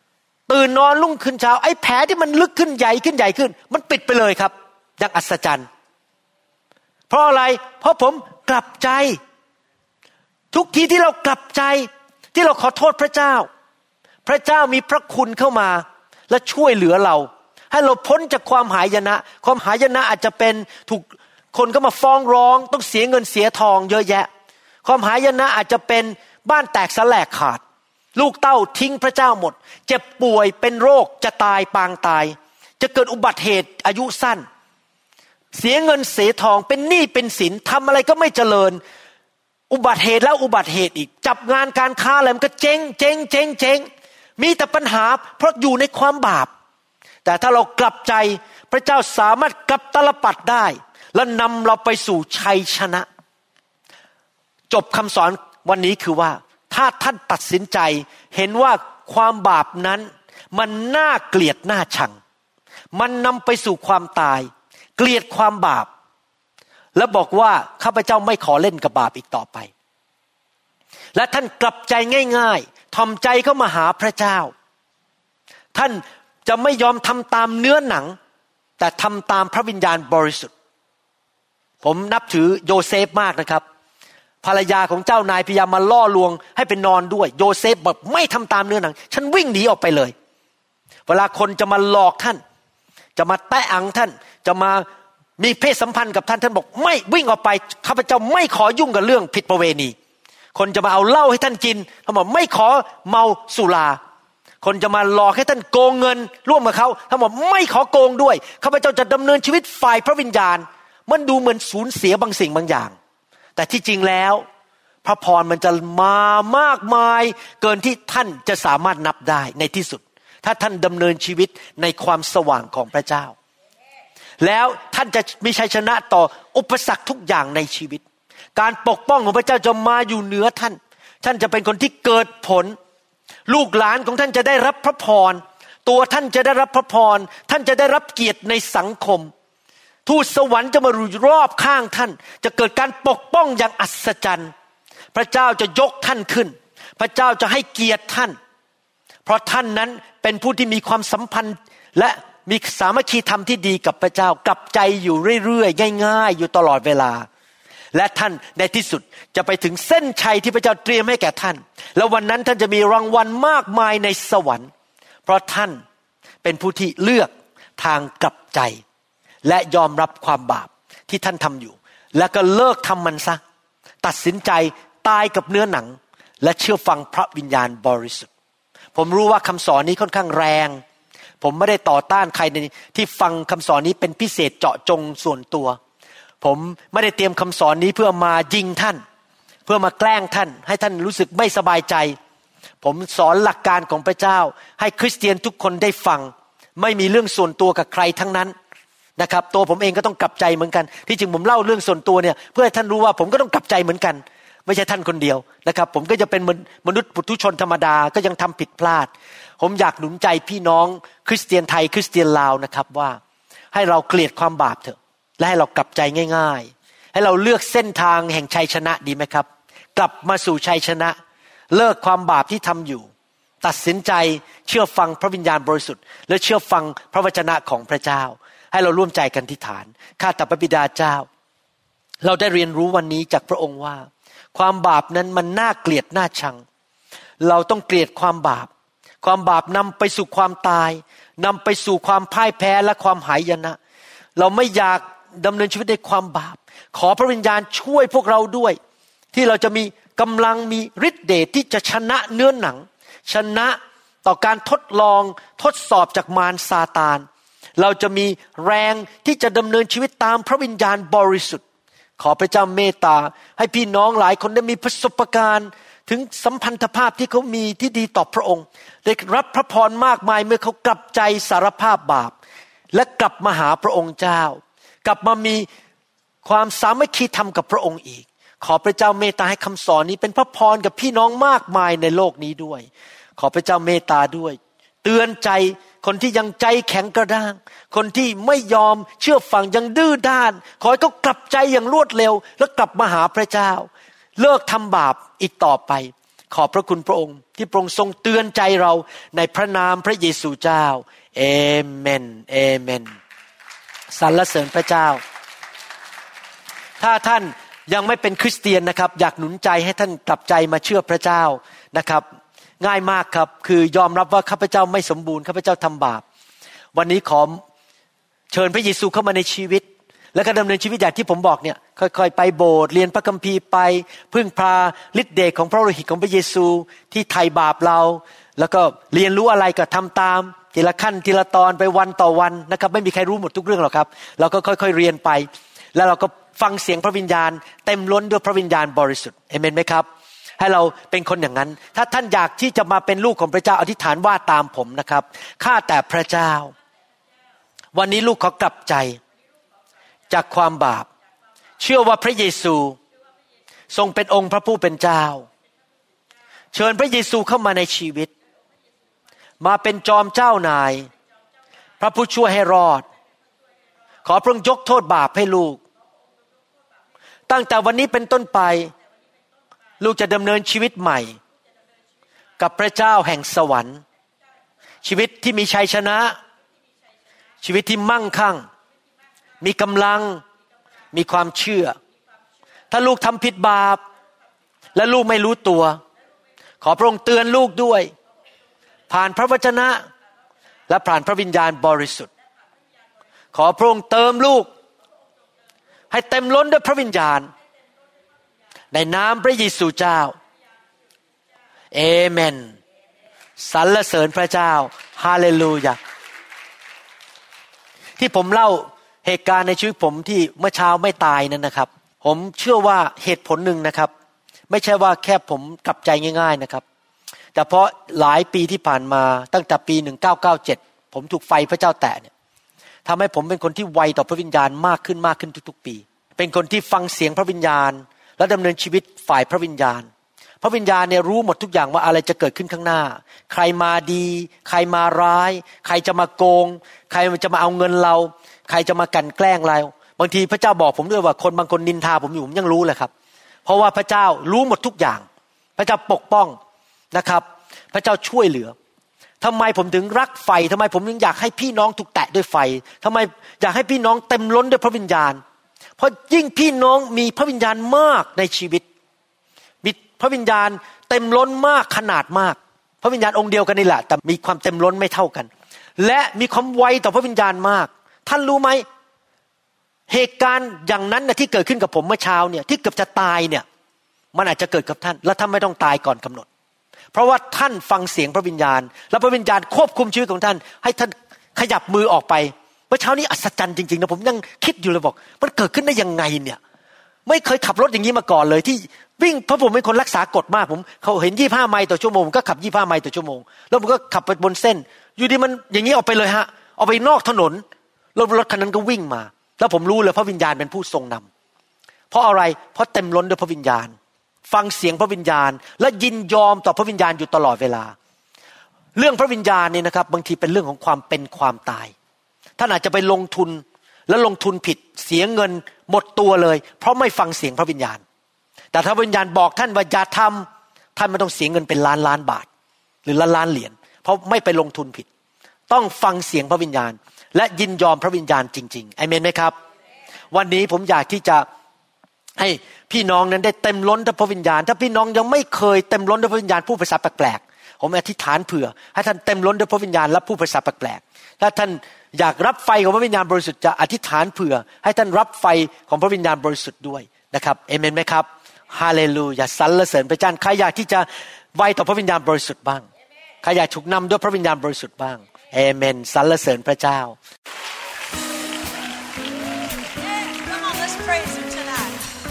ตื่นนอนรุ่งขึ้นเช้าไอ้แผลที่มันลึกขึ้นใหญ่ขึ้นใหญ่ขึ้นมันปิดไปเลยครับอย่างอัศจรรย์เพราะอะไรเพราะผมกลับใจทุกทีที่เรากลับใจที่เราขอโทษพระเจ้าพระเจ้ามีพระคุณเข้ามาและช่วยเหลือเราให้เราพ้นจากความหายนะความหายนะอาจจะเป็นถูกคนก็มาฟ้องร้องต้องเสียเงินเสียทองเยอะแยะความหายนะอาจจะเป็นบ้านแตกสลายขาดลูกเต้าทิ้งพระเจ้าหมดเจ็บป่วยเป็นโรคจะตายปางตายจะเกิดอุบัติเหตุอายุสั้นเสียเงินเสียทองเป็นหนี้เป็นสินทำอะไรก็ไม่เจริญอุบัติเหตุแล้วอุบัติเหตุอีกจับงานการค้าอะไรมันก็เจ๊งเจ๊งเจ๊งเจ๊งมีแต่ปัญหาเพราะอยู่ในความบาปแต่ถ้าเรากลับใจพระเจ้าสามารถกลับตลปัดได้และนำเราไปสู่ชัยชนะจบคำสอนวันนี้คือว่าถ้าท่านตัดสินใจเห็นว่าความบาปนั้นมันน่าเกลียดน่าชังมันนำไปสู่ความตายเกลียดความบาปและบอกว่าข้าพเจ้าไม่ขอเล่นกับบาปอีกต่อไปและท่านกลับใจง่ายๆทอมใจเข้ามาหาพระเจ้าท่านจะไม่ยอมทำตามเนื้อหนังแต่ทำตามพระวิญญาณบริสุทธิ์ผมนับถือโยเซฟมากนะครับภรรยาของเจ้านายพยายามมาล่อลวงให้ไปนอนด้วยโยเซฟบอกไม่ทำตามเนื้อหนังฉันวิ่งหนีออกไปเลยเวลาคนจะมาหลอกท่านจะมาแตะอังท่านจะมามีเพศสัมพันธ์กับท่านท่านบอกไม่วิ่งออกไปข้าพเจ้าไม่ขอยุ่งกับเรื่องผิดประเวณีคนจะมาเอาเหล้าให้ท่านกินเขาบอกไม่ขอเมาสุราคนจะมาหลอกให้ท่านโกงเงินร่วมกับเขาเขาบอกไม่ขอโกงด้วยข้าพเจ้าจะดำเนินชีวิตฝ่ายพระวิญญาณมันดูเหมือนสูญเสียบางสิ่งบางอย่างแต่ที่จริงแล้วพระพรมันจะมามากมายเกินที่ท่านจะสามารถนับได้ในที่สุดถ้าท่านดำเนินชีวิตในความสว่างของพระเจ้าแล้วท่านจะมีชัยชนะต่ออุปสรรคทุกอย่างในชีวิตการปกป้องของพระเจ้าจะมาอยู่เหนือท่านท่านจะเป็นคนที่เกิดผลลูกหลานของท่านจะได้รับพระพรตัวท่านจะได้รับพระพรท่านจะได้รับเกียรติในสังคมทูตสวรรค์จะมาอยู่รอบข้างท่านจะเกิดการปกป้องอย่างอัศจรรย์พระเจ้าจะยกท่านขึ้นพระเจ้าจะให้เกียรติท่านเพราะท่านนั้นเป็นผู้ที่มีความสัมพันธ์และมีสามัคคีธรรมที่ดีกับพระเจ้ากลับใจอยู่เรื่อยๆง่ายๆอยู่ตลอดเวลาและท่านในที่สุดจะไปถึงเส้นชัยที่พระเจ้าเตรียมให้แก่ท่านแล้ววันนั้นท่านจะมีรางวัลมากมายในสวรรค์เพราะท่านเป็นผู้ที่เลือกทางกลับใจและยอมรับความบาปที่ท่านทำอยู่แล้วก็เลิกทำมันซะตัดสินใจตายกับเนื้อหนังและเชื่อฟังพระวิญญาณบริสุทธิ์ผมรู้ว่าคำสอนนี้ค่อนข้างแรงผมไม่ได้ต่อต้านใครในที่ฟังคำสอนนี้เป็นพิเศษเจาะจงส่วนตัวผมไม่ได้เตรียมคำสอนนี้เพื่อมายิงท่านเพื่อมาแกล้งท่านให้ท่านรู้สึกไม่สบายใจผมสอนหลักการของพระเจ้าให้คริสเตียนทุกคนได้ฟังไม่มีเรื่องส่วนตัวกับใครทั้งนั้นนะครับตัวผมเองก็ต้องกลับใจเหมือนกันที่จริงผมเล่าเรื่องส่วนตัวเนี่ยเพื่อให้ท่านรู้ว่าผมก็ต้องกลับใจเหมือนกันไม่ใช่ท่านคนเดียวนะครับผมก็จะเป็นมนุษย์ปุถุชนธรรมดาก็ยังทำผิดพลาดผมอยากหนุนใจพี่น้องคริสเตียนไทยคริสเตียนลาวนะครับว่าให้เราเกลียดความบาปเถอะและให้เรากลับใจง่ายๆให้เราเลือกเส้นทางแห่งชัยชนะดีไหมครับกลับมาสู่ชัยชนะเลิกความบาปที่ทำอยู่ตัดสินใจเชื่อฟังพระวิญญาณบริสุทธิ์และเชื่อฟังพระวจนะของพระเจ้าให้เราร่วมใจกันที่ฐานข้าแต่พระบิดาเจ้าเราได้เรียนรู้วันนี้จากพระองค์ว่าความบาปนั้นมันน่าเกลียดน่าชังเราต้องเกลียดความบาปความบาปนำไปสู่ความตายนำไปสู่ความพ่ายแพ้และความหายนะเราไม่อยากดำเนินชีวิตในความบาปขอพระวิญญาณช่วยพวกเราด้วยที่เราจะมีกำลังมีฤทธิ์เดชที่จะชนะเนื้อหนังชนะต่อการทดลองทดสอบจากมารซาตานเราจะมีแรงที่จะดำเนินชีวิตตามพระวิญญาณบริสุทธิ์ขอพระเจ้าเมตตาให้พี่น้องหลายคนได้มีประสบการณ์ถึงสัมพันธภาพที่เขามีที่ดีต่อพระองค์ได้รับพระพรมากมายเมื่อเขากลับใจสารภาพบาปและกลับมาหาพระองค์เจ้ากลับมามีความสามัคคีธรรมกับพระองค์อีกขอพระเจ้าเมตตาให้คำสอนนี้เป็นพระพรกับพี่น้องมากมายในโลกนี้ด้วยขอพระเจ้าเมตตาด้วยเตือนใจคนที่ยังใจแข็งกระด้างคนที่ไม่ยอมเชื่อฟังยังดื้อด้านขอให้เขากลับใจอย่างรวดเร็วแล้วกลับมาหาพระเจ้าเลิกทำบาปอีกต่อไปขอบพระคุณพระองค์ที่พระองค์ทรงเตือนใจเราในพระนามพระเยซูเจ้าเอเมนเอเมนสรรเสริญพระเจ้าถ้าท่านยังไม่เป็นคริสเตียนนะครับอยากหนุนใจให้ท่านกลับใจมาเชื่อพระเจ้านะครับง่ายมากครับคือยอมรับว่าข้าพเจ้าไม่สมบูรณ์ข้าพเจ้าทำบาปวันนี้ขอเชิญพระเยซูเข้ามาในชีวิตแล้วก็ดำเนินชีวิตอย่างที่ผมบอกเนี่ยค่อยๆไปโบสถ์เรียนพระคัมภีร์ไปพึ่งพาฤทธิ์เดชของพระโลหิตของพระเยซูที่ไถ่บาปเราแล้วก็เรียนรู้อะไรก็ทำตามทีละขั้นทีละตอนไปวันต่อวันนะครับไม่มีใครรู้หมดทุกเรื่องหรอกครับเราก็ค่อยๆเรียนไปแล้วเราก็ฟังเสียงพระวิญญาณเต็มล้นด้วยพระวิญญาณบริสุทธิ์เอเมนไหมครับให้เราเป็นคนอย่างนั้นถ้าท่านอยากที่จะมาเป็นลูกของพระเจ้าอธิษฐานว่าตามผมนะครับข้าแต่พระเจ้าวันนี้ลูกขอกลับใจจากความบาปเชื่อว่าพระเยซูทรงเป็นองค์พระผู้เป็นเจ้าเชิญพระเยซูเข้ามาในชีวิตมาเป็นจอมเจ้านายพระผู้ช่วยให้รอดขอพระองค์ยกโทษบาปให้ลูกตั้งแต่วันนี้เป็นต้นไปลูกจะดำเนินชีวิตใหม่กับพระเจ้าแห่งสวรรค์ชีวิตที่มีชัยชนะชีวิตที่มั่งคั่งมีกำลังมีความเชื่อถ้าลูกทำผิดบาปและลูกไม่รู้ตัวขอพระองค์เตือนลูกด้วยผ่านพระวจนะและผ่านพระวิญญาณบริสุทธิ์ขอพระองค์เติมลูกให้เต็มล้นด้วยพระวิญญาณในนามพระเยซูเจ้าเอเมนสรรเสริญพระเจ้าฮาเลลูยาที่ผมเล่าเหตุการณ์ในชีวิตผมที่เมื่อเช้าไม่ตายนั่นนะครับผมเชื่อว่าเหตุผลหนึ่งนะครับไม่ใช่ว่าแค่ผมกลับใจง่ายๆนะครับแต่เพราะหลายปีที่ผ่านมาตั้งแต่ปีหนึ่งเก้าเก้าเจ็ดผมถูกไฟพระเจ้าแตะเนี่ยทำให้ผมเป็นคนที่ไวต่อพระวิญญาณมากขึ้นมากขึ้นทุกๆปีเป็นคนที่ฟังเสียงพระวิญญาณและดำเนินชีวิตฝ่ายพระวิญญาณพระวิญญาณเนี่ยรู้หมดทุกอย่างว่าอะไรจะเกิดขึ้นข้างหน้าใครมาดีใครมาร้ายใครจะมาโกงใครจะมาเอาเงินเราใครจะมากลั่นแกล้งเราบางทีพระเจ้าบอกผมด้วยว่าคนบางคนนินทาผมอยู่ผมยังรู้เลยครับเพราะว่าพระเจ้ารู้หมดทุกอย่างพระเจ้าปกป้องนะครับพระเจ้าช่วยเหลือทำไมผมถึงรักไฟทำไมผมถึงอยากให้พี่น้องถูกแตะด้วยไฟทำไมอยากให้พี่น้องเต็มล้นด้วยพระวิญญาณเพราะยิ่งพี่น้องมีพระวิญญาณมากในชีวิตมีพระวิญญาณเต็มล้นมากขนาดมากพระวิญญาณองค์เดียวกันนี่แหละแต่มีความเต็มล้นไม่เท่ากันและมีความไวต่อพระวิญญาณมากท่านรู้ไหมเหตุการณ์อย่างนั้นนะที่เกิดขึ้นกับผมเมื่อเช้าเนี่ยที่เกือบจะตายเนี่ยมันอาจจะเกิดกับท่านและท่านไม่ต้องตายก่อนกำหนดเพราะว่าท่านฟังเสียงพระวิญญาณและพระวิญญาณควบคุมชีวิตของท่านให้ท่านขยับมือออกไปเมื่อเช้านี้อัศจรรย์จริงๆนะผมยังคิดอยู่เลยบอกมันเกิดขึ้นได้ยังไงเนี่ยไม่เคยขับรถอย่างนี้มาก่อนเลยที่วิ่งเพราะผมเป็นคนรักษากฎมากผมเขาเห็นยี่สิบห้าไมล์ต่อชั่วโมงผมก็ขับยี่สิบห้าไมล์ต่อชั่วโมงแล้วผมก็ขับไปบนเส้นอยู่ดีมันอย่างนี้ออกไปเลยฮะออกไปนอกถนนแล้วรถคันนั้นก็วิ่งมาแล้วผมรู้เลยพระวิญญาณเป็นผู้ทรงนำเพราะอะไรเพราะเต็มล้นด้วยพระวิญญาณฟังเสียงพระวิญญาณและยินยอมต่อพระวิญญาณอยู่ตลอดเวลาเรื่องพระวิญญาณเนี่ยนะครับบางทีเป็นเรื่องของความเป็นความตายท่านอาจจะไปลงทุนแล้วลงทุนผิดเสียเงินหมดตัวเลยเพราะไม่ฟังเสียงพระวิญญาณแต่ถ้าวิญญาณบอกท่านว่าอย่าทำท่านไม่ต้องเสียเงินเป็นล้านล้านบาทหรือล้านล้านเหรียญเพราะไม่ไปลงทุนผิดต้องฟังเสียงพระวิญญาณและยินยอมพระวิญญาณจริงๆอาเมนไหมครับวันนี้ผมอยากที่จะให้พี่น้องนั้นได้เต็มล้นด้วยพระวิญญาณถ้าพี่น้องยังไม่เคยเต็มล้นด้วยพระวิญญาณพูดภาษาแปลกๆผมอธิษฐานเผื่อให้ท่านเต็มล้นด้วยพระวิญญาณและพูดภาษาแปลกๆถ้าท่านอยากรับไฟของพระวิญญาณบริสุทธิ์จะอธิษฐานเผื่อให้ท่านรับไฟของพระวิญญาณบริสุทธิ์ด้วยนะครับเอเมนไหมครับฮาเลลูยาสรรเสริญพระเจ้าใครอยากที่จะไวต่อพระวิญญาณบริสุทธิ์บ้างใครอยากถูกนำด้วยพระวิญญาณบริสุทธิ์บ้างเอเมนสรรเสริญพระเจ้า Come on, let's praise him tonight.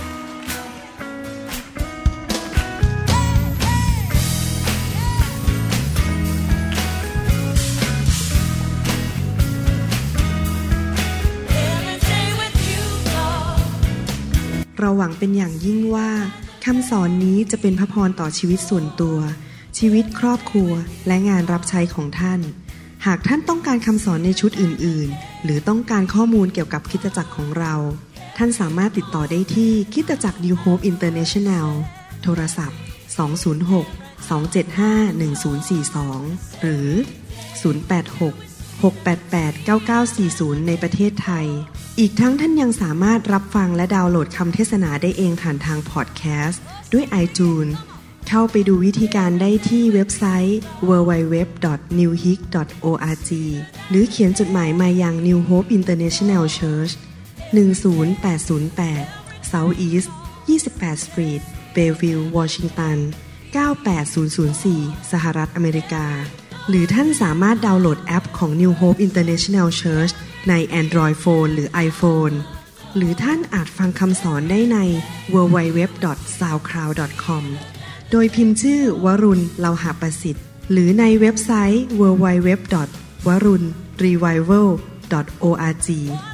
เราหวังเป็นอย่างยิ่งว่าคำสอนนี้จะเป็นพระพรต่อชีวิตส่วนตัวชีวิตครอบครัวและงานรับใช้ของท่านหากท่านต้องการคำสอนในชุดอื่นๆหรือต้องการข้อมูลเกี่ยวกับคริสตจักรของเราท่านสามารถติดต่อได้ที่คริสตจักร New Hope International โทรศัพท์สอง ศูนย์ หกสอง เจ็ด ห้า หนึ่ง ศูนย์ สี่ สอง หรือศูนย์ แปด หก หก แปด แปด เก้า เก้า สี่ ศูนย์ในประเทศไทยอีกทั้งท่านยังสามารถรับฟังและดาวน์โหลดคำเทศนาได้เองผ่านทางพอดแคสต์ด้วย iTunes เข้าไปดูวิธีการได้ที่เว็บไซต์ ดับเบิลยู ดับเบิลยู ดับเบิลยู ดอท นิว โฮป ดอท โอ อาร์ จี หรือเขียนจดหมายมายัง New Hope International Church หนึ่ง ศูนย์ แปด ศูนย์ แปด South East ยี่สิบแปด Street Bellevue Washington เก้า แปด ศูนย์ ศูนย์ สี่ สหรัฐอเมริกาหรือท่านสามารถดาวน์โหลดแอปของ New Hope International Church ใน Android Phone หรือ iPhone หรือท่านอาจฟังคำสอนได้ใน ดับเบิลยู ดับเบิลยู ดับเบิลยู ดอท ซาวด์คลาวด์ ดอท คอม โดยพิมพ์ชื่อวรุณ เลาหะประสิทธิ์หรือในเว็บไซต์ ดับเบิลยู ดับเบิลยู ดับเบิลยู ดอท วรุณ รีไววัล ดอท โอ อาร์ จี